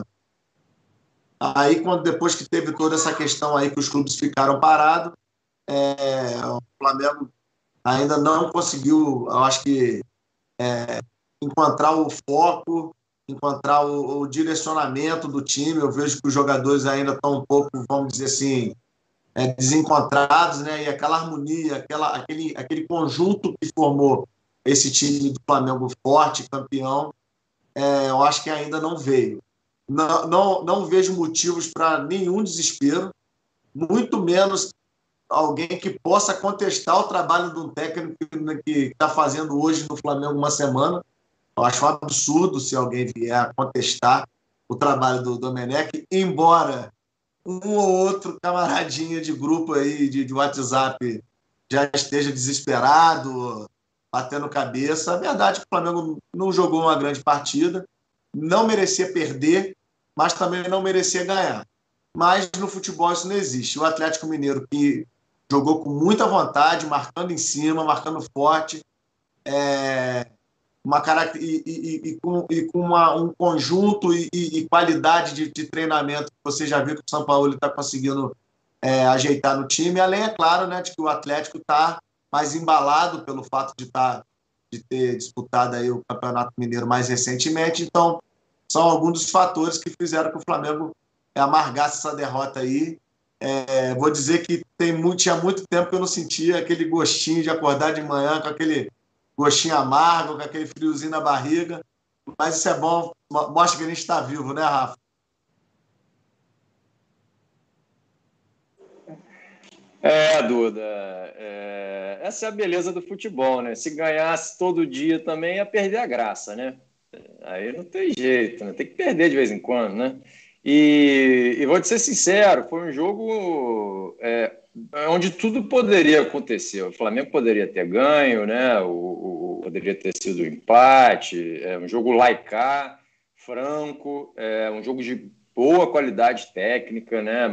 Aí, quando, depois que teve toda essa questão aí que os clubes ficaram parados, é, o Flamengo ainda não conseguiu, eu acho que, é, encontrar o foco, encontrar o, o direcionamento do time. Eu vejo que os jogadores ainda estão um pouco, vamos dizer assim, é, desencontrados, né? E aquela harmonia, aquela, aquele, aquele conjunto que formou esse time do Flamengo forte, campeão, é, eu acho que ainda não veio. Não, não, não vejo motivos para nenhum desespero, muito menos alguém que possa contestar o trabalho de um técnico que está fazendo hoje no Flamengo uma semana. Eu acho um absurdo se alguém vier a contestar o trabalho do Domenech, embora um ou outro camaradinha de grupo aí de, de WhatsApp já esteja desesperado, batendo cabeça. A verdade é que o Flamengo não jogou uma grande partida, não merecia perder, mas também não merecia ganhar. Mas no futebol isso não existe. O Atlético Mineiro, que jogou com muita vontade, marcando em cima, marcando forte, é, uma caracter... e, e, e com, e com uma, um conjunto e, e qualidade de, de treinamento que você já viu que o São Paulo está conseguindo é, ajeitar no time, além, é claro, né, de que o Atlético está mais embalado pelo fato de, tá, de ter disputado aí o Campeonato Mineiro mais recentemente. Então, são alguns dos fatores que fizeram que o Flamengo amargasse essa derrota aí. É, vou dizer que tem muito, tinha muito tempo que eu não sentia aquele gostinho de acordar de manhã com aquele gostinho amargo, com aquele friozinho na barriga. Mas isso é bom, mostra que a gente está vivo, né, Rafa?
É, Duda, é, essa é a beleza do futebol, né? Se ganhasse todo dia também ia perder a graça, né? Aí não tem jeito, né? Tem que perder de vez em quando, né? E, e vou te ser sincero, foi um jogo é, onde tudo poderia acontecer. O Flamengo poderia ter ganho, né? O, o poderia ter sido um empate, é um jogo laicar, franco, é um jogo de boa qualidade técnica, né?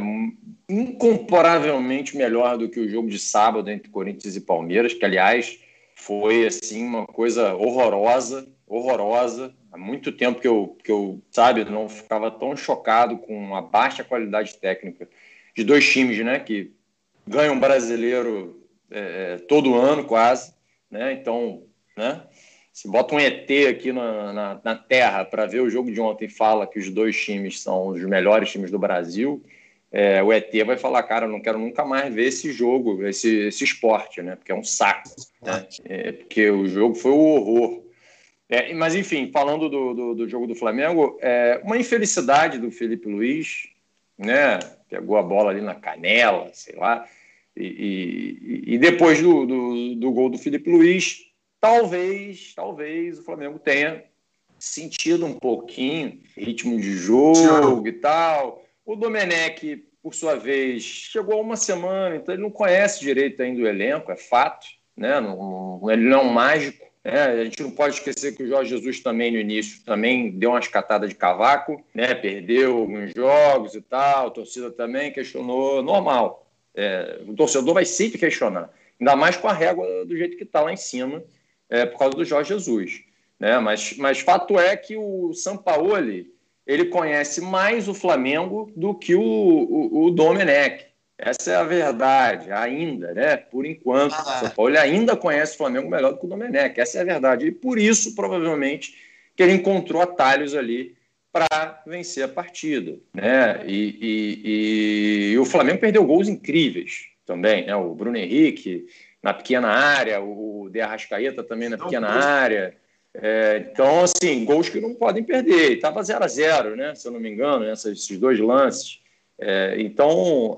Incomparavelmente melhor do que o jogo de sábado entre Corinthians e Palmeiras, que, aliás, foi assim uma coisa horrorosa, horrorosa. Há muito tempo que eu, que eu, sabe, não ficava tão chocado com a baixa qualidade técnica de dois times, né, que ganham brasileiro é, todo ano quase, né? Então, né, se bota um E T aqui na, na, na Terra para ver o jogo de ontem e fala que os dois times são os melhores times do Brasil, é, o E T vai falar, cara, eu não quero nunca mais ver esse jogo, esse, esse esporte, né? Porque é um saco, né? É, porque o jogo foi o horror. É, mas, enfim, falando do, do, do jogo do Flamengo, é, uma infelicidade do Felipe Luiz, né? Pegou a bola ali na canela, sei lá, e, e, e depois do, do, do gol do Felipe Luiz, talvez, talvez o Flamengo tenha sentido um pouquinho ritmo de jogo e tal. O Domenech, por sua vez, chegou há uma semana, então ele não conhece direito ainda o elenco, é fato, né? Não, ele não é um mágico. É, a gente não pode esquecer que o Jorge Jesus também, no início, também deu uma escatada de cavaco, né? Perdeu alguns jogos e tal, a torcida também questionou, normal. É, o torcedor vai sempre questionar, ainda mais com a régua do jeito que está lá em cima, é, por causa do Jorge Jesus. Né? Mas, mas fato é que o Sampaoli, ele conhece mais o Flamengo do que o, o, o Domenech. Essa é a verdade, ainda, né? Por enquanto. O Sampaoli ainda conhece o Flamengo melhor do que o Domenech. Essa é a verdade. E por isso, provavelmente, que ele encontrou atalhos ali para vencer a partida. Né? E, e, e, e o Flamengo perdeu gols incríveis também. Né? O Bruno Henrique na pequena área, o De Arrascaeta também na pequena área. É, então, assim, gols que não podem perder. Estava zero a zero, né? Se eu não me engano, esses dois lances. É, então,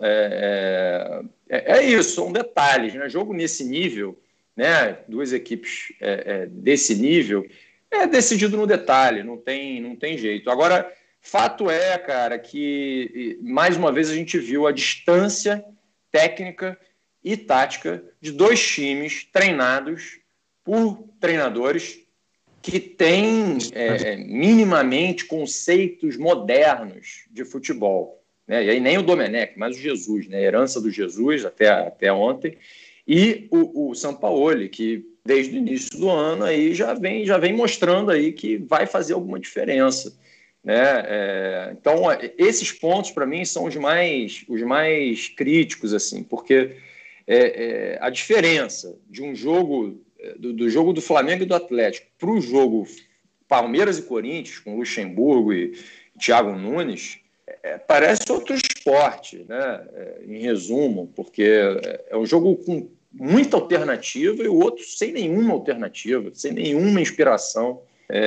é, é, é isso, são detalhes, né? Jogo nesse nível, né? Duas equipes é, é, desse nível, é decidido no detalhe, não tem, não tem jeito. Agora, fato é, cara, que mais uma vez a gente viu a distância técnica e tática de dois times treinados por treinadores que têm é, minimamente conceitos modernos de futebol. Né? E aí nem o Domenech, mas o Jesus, né? A herança do Jesus até, até ontem, e o, o Sampaoli, que desde o início do ano aí já vem, já vem mostrando aí que vai fazer alguma diferença. Né? É, então, esses pontos, para mim, são os mais, os mais críticos, assim, porque é, é, a diferença de um jogo, do, do jogo do Flamengo e do Atlético para o jogo Palmeiras e Corinthians, com Luxemburgo e Thiago Nunes, é, parece outro esporte, né? É, em resumo, porque é, é um jogo com muita alternativa e o outro sem nenhuma alternativa, sem nenhuma inspiração.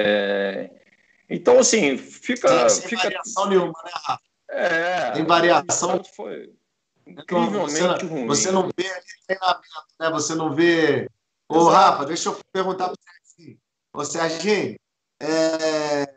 É, então, assim, fica...
Sem, sem
fica...
variação nenhuma, né, Rafa?
É,
tem variação.
Foi
incrivelmente
você não,
ruim. Você não vê treinamento, né? Você não vê... Ô, Exato. Rafa, deixa eu perguntar para você assim. Ô, Serginho, é...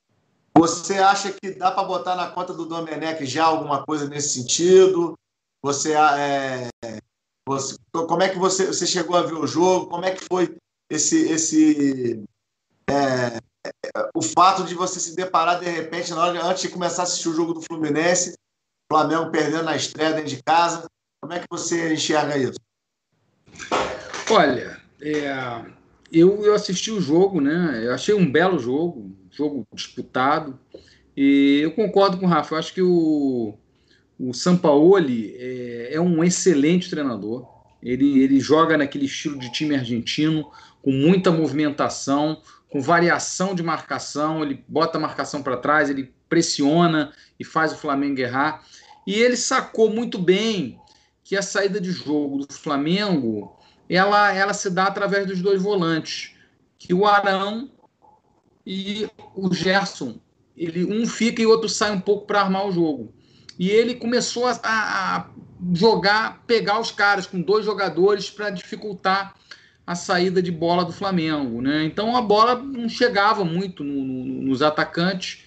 você acha que dá para botar na conta do Domenech já alguma coisa nesse sentido? Você, é... você... Como é que você... você chegou a ver o jogo? Como é que foi esse... esse... É... o fato de você se deparar, de repente, na hora, antes de começar a assistir o jogo do Fluminense, Flamengo perdendo na estreia dentro de casa, como é que você enxerga isso?
Olha, é, eu, eu assisti o jogo, né? Eu achei um belo jogo, um jogo disputado. E eu concordo com o Rafa. Eu acho que o, o Sampaoli é, é um excelente treinador. Ele, ele joga naquele estilo de time argentino, com muita movimentação, com variação de marcação. Ele bota a marcação para trás, ele pressiona e faz o Flamengo errar. E ele sacou muito bem que a saída de jogo do Flamengo ela, ela se dá através dos dois volantes, que o Arão e o Gerson, ele, um fica e o outro sai um pouco para armar o jogo. E ele começou a, a jogar, pegar os caras com dois jogadores para dificultar a saída de bola do Flamengo, né? Então a bola não chegava muito no, no, nos atacantes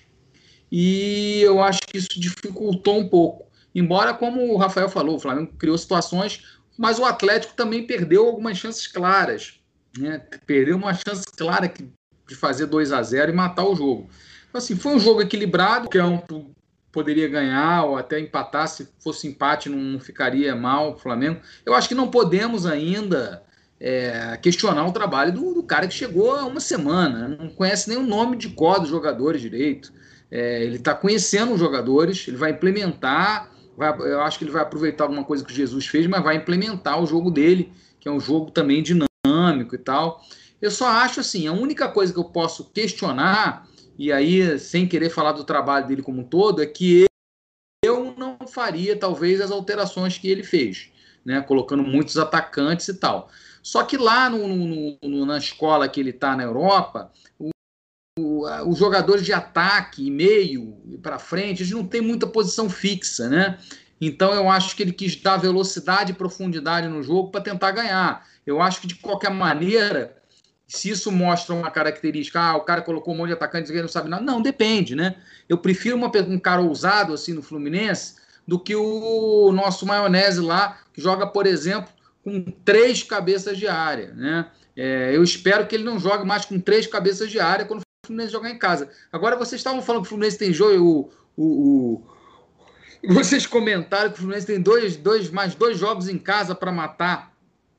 e eu acho que isso dificultou um pouco. Embora, como o Rafael falou, o Flamengo criou situações, mas o Atlético também perdeu algumas chances claras, né? Perdeu uma chance clara de fazer dois a zero e matar o jogo. Então, assim, foi um jogo equilibrado, que é um poderia ganhar ou até empatar, se fosse empate não ficaria mal o Flamengo. Eu acho que não podemos ainda é, questionar o trabalho do, do cara que chegou há uma semana, não conhece nem o nome de cor dos jogadores direito. É, ele está conhecendo os jogadores, ele vai implementar, vai, eu acho que ele vai aproveitar alguma coisa que o Jesus fez, mas vai implementar o jogo dele, que é um jogo também dinâmico e tal. Eu só acho assim, a única coisa que eu posso questionar, e aí sem querer falar do trabalho dele como um todo, é que eu não faria talvez as alterações que ele fez, né, colocando muitos atacantes e tal. Só que lá no, no, no, na escola que ele está na Europa, o, o, os jogadores de ataque, meio e para frente, eles não têm muita posição fixa, né? Então eu acho que ele quis dar velocidade e profundidade no jogo para tentar ganhar. Eu acho que de qualquer maneira, se isso mostra uma característica, ah, o cara colocou um monte de atacante e não sabe nada, não, depende, né? Eu prefiro uma, um cara ousado assim no Fluminense do que o nosso Maionese lá, que joga, por exemplo, com três cabeças de área, né? É, eu espero que ele não jogue mais com três cabeças de área quando o Fluminense jogar em casa. Agora, vocês estavam falando que o Fluminense tem jogo, o, o, o... vocês comentaram que o Fluminense tem dois, dois, mais dois jogos em casa para matar.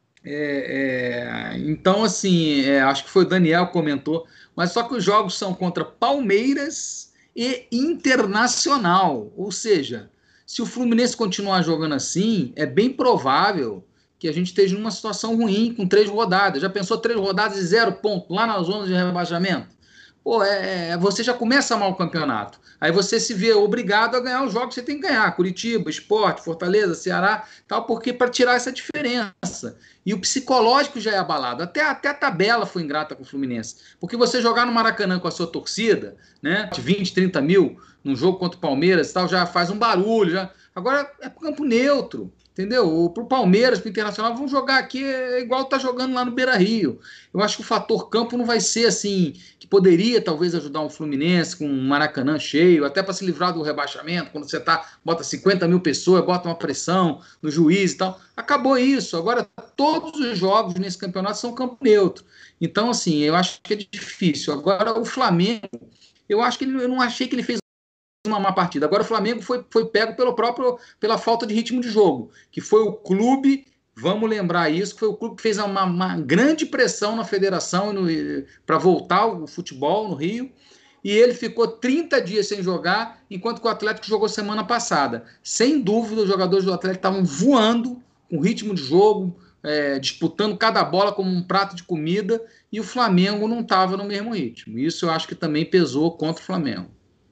É, é, então, assim, é, acho que foi o Daniel que comentou, mas só que os jogos são contra Palmeiras e Internacional. Ou seja, se o Fluminense continuar jogando assim, é bem provável que a gente esteja numa situação ruim com três rodadas. Já pensou três rodadas e zero ponto lá na zona de rebaixamento? Pô, é, você já começa mal o campeonato. Aí você se vê obrigado a ganhar os jogos que você tem que ganhar. Curitiba, Sport, Fortaleza, Ceará, tal, porque para tirar essa diferença. E o psicológico já é abalado. Até, até a tabela foi ingrata com o Fluminense. Porque você jogar no Maracanã com a sua torcida, né, de vinte, trinta mil, num jogo contra o Palmeiras e tal, já faz um barulho. Já... Agora é pro campo neutro. Entendeu? Para o Palmeiras, para o Internacional, vão jogar aqui igual tá jogando lá no Beira-Rio. Eu acho que o fator campo não vai ser assim, que poderia talvez ajudar um Fluminense com um Maracanã cheio, até para se livrar do rebaixamento, quando você tá, bota cinquenta mil pessoas, bota uma pressão no juiz e tal. Acabou isso. Agora, todos os jogos nesse campeonato são campo neutro. Então, assim, eu acho que é difícil. Agora, o Flamengo, eu acho que ele, eu não achei que ele fez uma má partida. Agora o Flamengo foi, foi pego pelo próprio, pela falta de ritmo de jogo, que foi o clube, vamos lembrar isso, que foi o clube que fez uma, uma grande pressão na federação para voltar o futebol no Rio, e ele ficou trinta dias sem jogar, enquanto que o Atlético jogou semana passada. Sem dúvida, os jogadores do Atlético estavam voando com ritmo de jogo, é, disputando cada bola como um prato de comida, e o Flamengo não estava no mesmo ritmo. Isso eu acho que também pesou contra o Flamengo.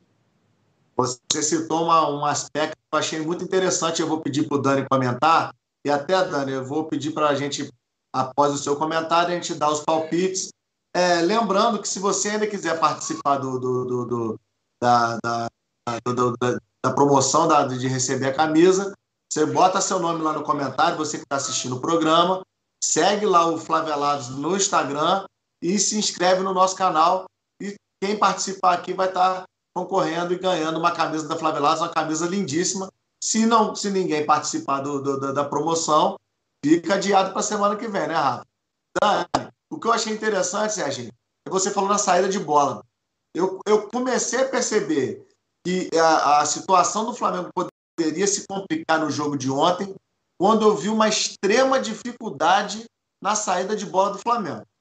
Você citou uma, um aspecto que eu achei muito interessante, eu vou pedir para o Dani comentar, e até, Dani, eu vou pedir para a gente, após o seu comentário, a gente dar os palpites. É, lembrando que se você ainda quiser participar do, do, do, do, da, da, do, da, da promoção da, de receber a camisa, você bota seu nome lá no comentário, você que está assistindo o programa, segue lá o Flavelados no Instagram e se inscreve no nosso canal, e quem participar aqui vai estar concorrendo e ganhando uma camisa da Flavelados, uma camisa lindíssima. Se, não, se ninguém participar do, do, da promoção, fica adiado para a semana que vem, né, Rafa? Dani, o que eu achei interessante, Serginho, é você falou na saída de bola. Eu, eu comecei a perceber que a, a situação do Flamengo poderia se complicar no jogo de ontem, quando eu vi uma extrema dificuldade na saída de bola do Flamengo.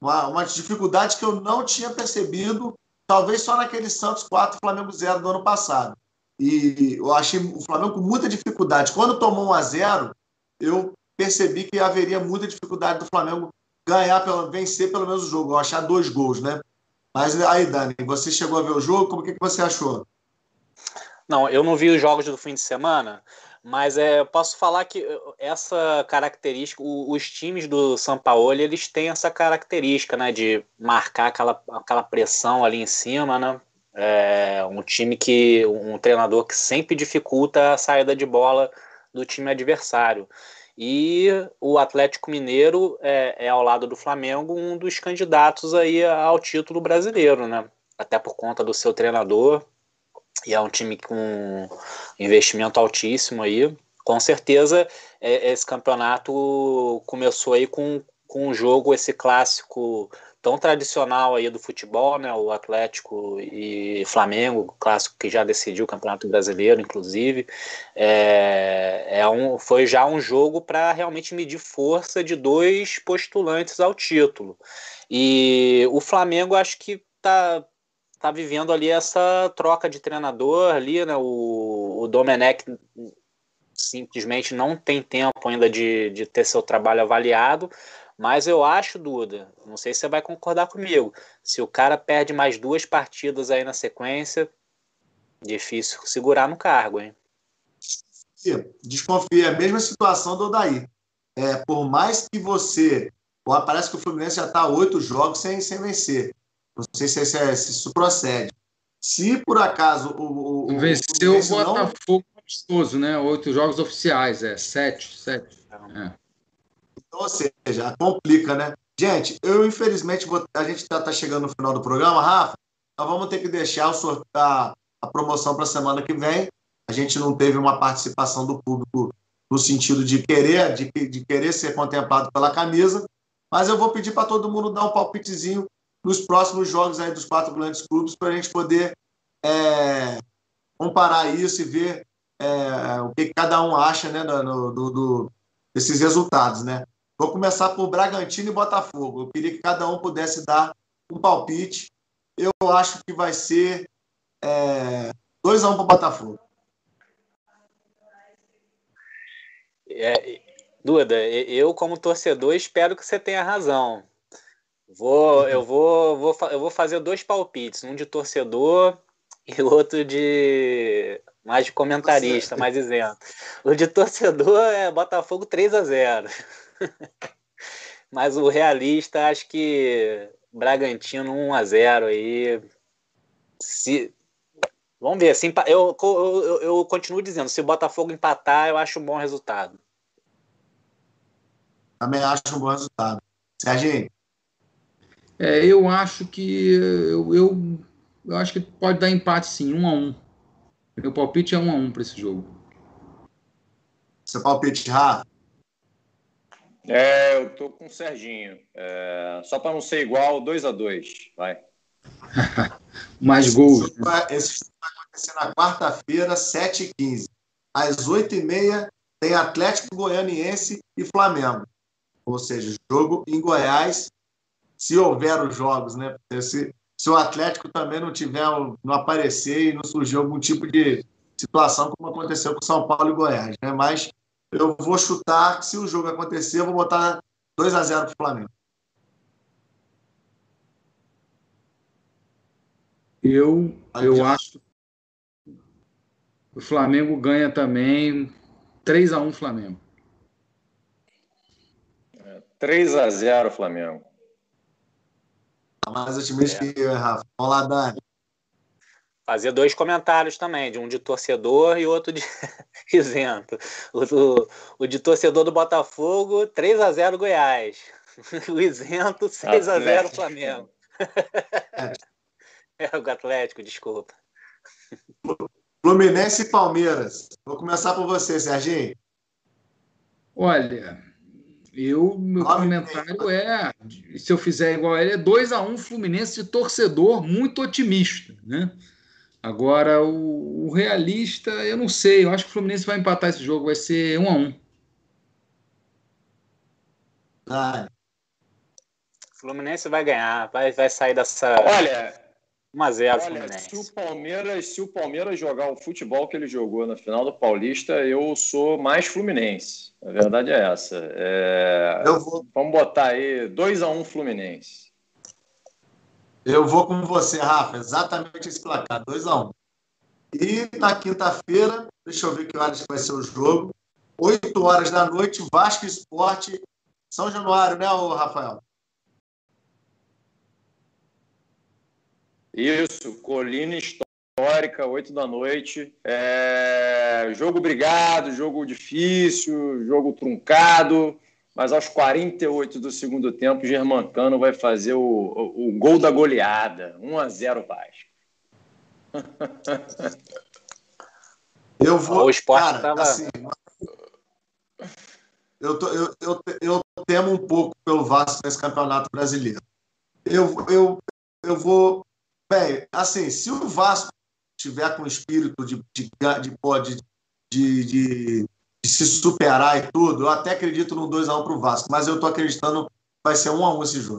uma, uma dificuldade que eu não tinha percebido, talvez só naquele Santos quatro, Flamengo zero do ano passado. E eu achei o Flamengo com muita dificuldade. Quando tomou um a zero, eu percebi que haveria muita dificuldade do Flamengo ganhar, pelo, vencer pelo menos o jogo, ou achar dois gols, né? Mas aí, Dani, você chegou a ver o jogo, como que, que você achou?
Não, eu não vi os jogos do fim de semana, mas é, eu posso falar que essa característica, o, os times do Sampaoli, eles têm essa característica, né, de marcar aquela, aquela pressão ali em cima, né? É um time que, um treinador que sempre dificulta a saída de bola do time adversário. E o Atlético Mineiro é, é ao lado do Flamengo um dos candidatos aí ao título brasileiro, né? Até por conta do seu treinador. E é um time com investimento altíssimo aí. Com certeza, é, esse campeonato começou aí com, com um jogo, esse clássico tão tradicional aí do futebol, né? O Atlético e Flamengo, clássico que já decidiu o Campeonato Brasileiro, inclusive. É, é um, foi já um jogo para realmente medir força de dois postulantes ao título. E o Flamengo, acho que está tá vivendo ali essa troca de treinador ali, né? O, o Domenech simplesmente não tem tempo ainda de, de ter seu trabalho avaliado, mas eu acho, Duda, não sei se você vai concordar comigo, se o cara perde mais duas partidas aí na sequência, difícil segurar no cargo, hein?
Desconfia, é a mesma situação do Odair. É, por mais que você... Parece que o Fluminense já está oito jogos sem, sem vencer. Não sei se, se, se isso procede. Se por acaso o, o,
venceu o Botafogo
não...
amistoso, né? Oito jogos oficiais, é sete, sete. É.
Então, ou seja, complica, né? Gente, eu infelizmente vou, a gente está tá chegando no final do programa, Rafa. Nós vamos ter que deixar o sorteio, a, a promoção para a semana que vem. A gente não teve uma participação do público no sentido de querer, de, de querer ser contemplado pela camisa, mas eu vou pedir para todo mundo dar um palpitezinho nos próximos jogos aí dos quatro grandes clubes para a gente poder é, comparar isso e ver é, o que cada um acha, né, do, do, do, desses resultados, né? Vou começar por Bragantino e Botafogo. Eu queria que cada um pudesse dar um palpite. Eu acho que vai ser é, dois a um para o Botafogo.
É, Duda, eu como torcedor espero que você tenha razão. Vou, eu, vou, vou, eu vou fazer dois palpites, um de torcedor e outro de mais de comentarista, mais isento. O de torcedor é Botafogo três a zero. Mas o realista, acho que Bragantino um a zero aí. Se... Vamos ver. Se empa... eu, eu, eu continuo dizendo, se o Botafogo empatar, eu acho um bom resultado.
Também acho um bom resultado. Serginho?
É, eu acho que eu, eu, eu acho que pode dar empate sim, um a um. Meu palpite é um a um para esse jogo.
Seu palpite, Rafa?
É, eu tô com o Serginho. É, só para não ser igual, dois a dois. Vai.
Mais gols.
Esse jogo vai, esse jogo vai acontecer na quarta-feira, sete e quinze. Às oito e meia tem Atlético Goianiense e Flamengo. Ou seja, jogo em Goiás, se houver os jogos, né? Se, se o Atlético também não tiver, não aparecer e não surgir algum tipo de situação como aconteceu com São Paulo e Goiás, né? Mas eu vou chutar que se o jogo acontecer, eu vou botar dois a zero para o Flamengo.
Eu, eu acho que o Flamengo ganha também três a um Flamengo.
três a zero Flamengo.
Mais otimista é. que eu, Rafa. Vamos lá, Dani.
Fazer dois comentários também, de um de torcedor e outro de isento. O, o, o de torcedor do Botafogo, três a zero Goiás. O isento, seis a zero Flamengo. É o Atlético, desculpa.
Fluminense e Palmeiras. Vou começar por você, Serginho.
Olha, eu, meu Nove comentário é, se eu fizer igual a ele, é dois a um Fluminense de torcedor muito otimista, né? Agora, o, o realista, eu não sei, eu acho que o Fluminense vai empatar esse jogo, vai ser um a um.
Ah.
Fluminense vai ganhar, vai, vai sair dessa...
Olha,
um a zero
olha
Fluminense.
se, o Palmeiras, se o Palmeiras jogar o futebol que ele jogou na final do Paulista, eu sou mais Fluminense. A verdade é essa. É...
Eu vou,
Vamos botar aí dois a um Fluminense.
eu vou com você, Rafa. Exatamente esse placar, dois a um. E na quinta-feira, deixa eu ver que horas que vai ser o jogo. oito horas da noite, Vasco Sport, São Januário, né, ô Rafael?
Isso, Colina Histórica, oito da noite. É... Jogo brigado, jogo difícil, jogo truncado, mas aos quarenta e oito do segundo tempo, Germancano vai fazer o, o, o gol da goleada. um a zero Vasco.
Eu vou,
O Sport
cara,
tava...
assim, eu, tô, eu, eu, eu temo um pouco pelo Vasco nesse Campeonato Brasileiro. Eu, eu, eu vou... Bem, assim, se o Vasco tiver com espírito de, de, de, de, de, de, de se superar e tudo, eu até acredito no dois a um para o Vasco, mas eu estou acreditando que vai ser um a um esse jogo.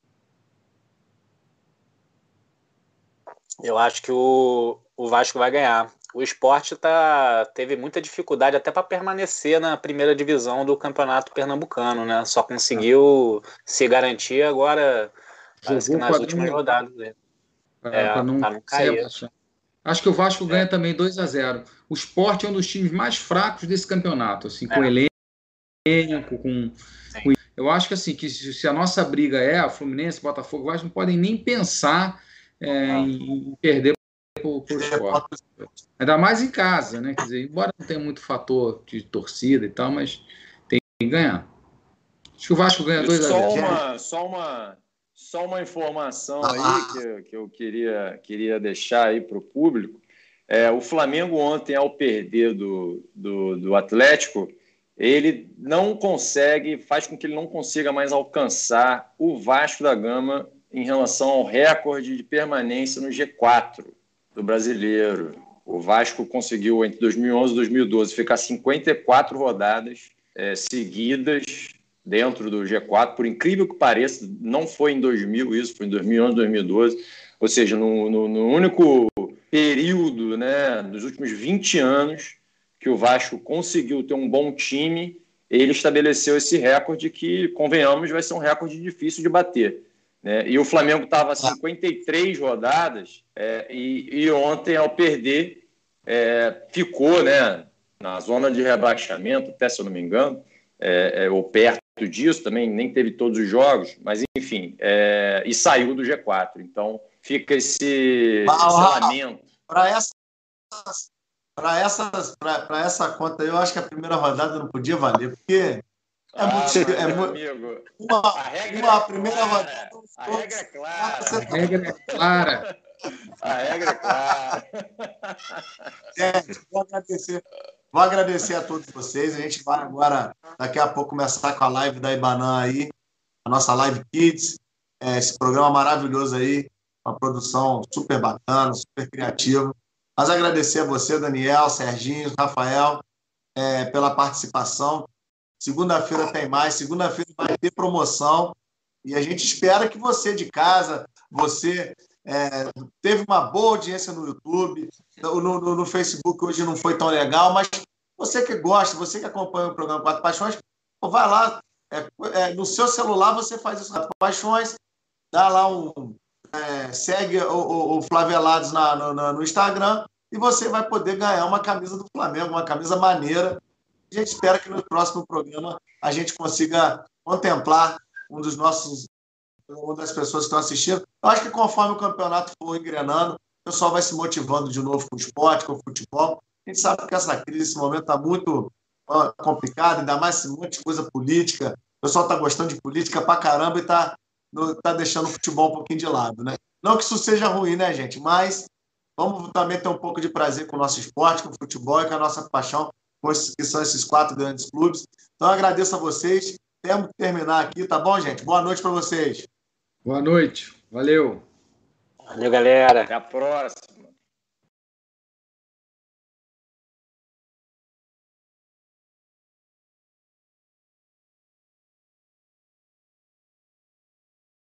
Eu acho que o, o Vasco vai ganhar. O Sport tá, teve muita dificuldade até para permanecer na primeira divisão do Campeonato Pernambucano, né? Só conseguiu se garantir agora, parece que nas últimas rodadas.
Para
É,
não,
pra não
se
cair.
rebaixar. Acho que o Vasco
É.
ganha também dois a zero. O Sport é um dos times mais fracos desse campeonato, assim, com
É.
elenco, com, com... Eu acho que assim, que se a nossa briga é a Fluminense, Botafogo, Vasco não podem nem pensar é, em perder para o Sport. Ainda mais em casa, né? Quer dizer, embora não tenha muito fator de torcida e tal, mas tem que ganhar. Acho que o Vasco ganha dois a zero.
Só uma, só uma, só uma informação aí que, que eu queria, queria deixar aí para o público. É, o Flamengo ontem, ao perder do, do, do Atlético, ele não consegue, faz com que ele não consiga mais alcançar o Vasco da Gama em relação ao recorde de permanência no G quatro do Brasileiro. O Vasco conseguiu, entre dois mil e onze e dois mil e doze, ficar cinquenta e quatro rodadas é, seguidas dentro do G quatro, por incrível que pareça, não foi em dois mil isso, foi em dois mil e onze, dois mil e doze, ou seja, no, no, no único período, né, dos últimos vinte anos que o Vasco conseguiu ter um bom time, ele estabeleceu esse recorde que, convenhamos, vai ser um recorde difícil de bater. Né? E o Flamengo estava a cinquenta e três rodadas é, e, e ontem, ao perder, é, ficou, né, na zona de rebaixamento, até se eu não me engano, é, é, ou perto disso, também nem teve todos os jogos, mas enfim, é, e saiu do G quatro. Então fica esse,
Ah,
esse lamento.
Para essa, para essas, para essa conta, eu acho que a primeira rodada não podia valer, porque é
ah,
muito. É
meu
muito
amigo,
uma,
a regra
uma
é
primeira
clara,
rodada.
a regra é clara.
A regra é clara.
A regra é clara.
Gente, vou agradecer, vou agradecer a todos vocês. A gente vai agora, daqui a pouco, começar com a live da Ibanã aí, a nossa Live Kids, é, esse programa maravilhoso aí, uma produção super bacana, super criativa. Mas agradecer a você, Daniel, Serginho, Rafael, é, pela participação. Segunda-feira tem mais, segunda-feira vai ter promoção e a gente espera que você de casa, você é, teve uma boa audiência no YouTube, no, no, no Facebook hoje não foi tão legal, mas você que gosta, você que acompanha o programa Quatro Paixões, vai lá, é, é, no seu celular você faz isso, Quatro Paixões, dá lá um... É, segue o, o, o Flavelados na, no, no Instagram e você vai poder ganhar uma camisa do Flamengo, uma camisa maneira. A gente espera que no próximo programa a gente consiga contemplar um dos nossos, uma das pessoas que estão assistindo. Eu acho que conforme o campeonato for engrenando, o pessoal vai se motivando de novo com o esporte, com o futebol. A gente sabe que essa crise, esse momento está muito ó, complicado, ainda mais esse monte de coisa política. O pessoal está gostando de política pra caramba e está tá deixando o futebol um pouquinho de lado, né? Não que isso seja ruim, né, gente? Mas vamos também ter um pouco de prazer com o nosso esporte, com o futebol e com a nossa paixão, que são esses quatro grandes clubes. Então, eu agradeço a vocês. Temos que terminar aqui, tá bom, gente? Boa noite para vocês.
Boa noite. Valeu.
Valeu, galera.
Até a próxima.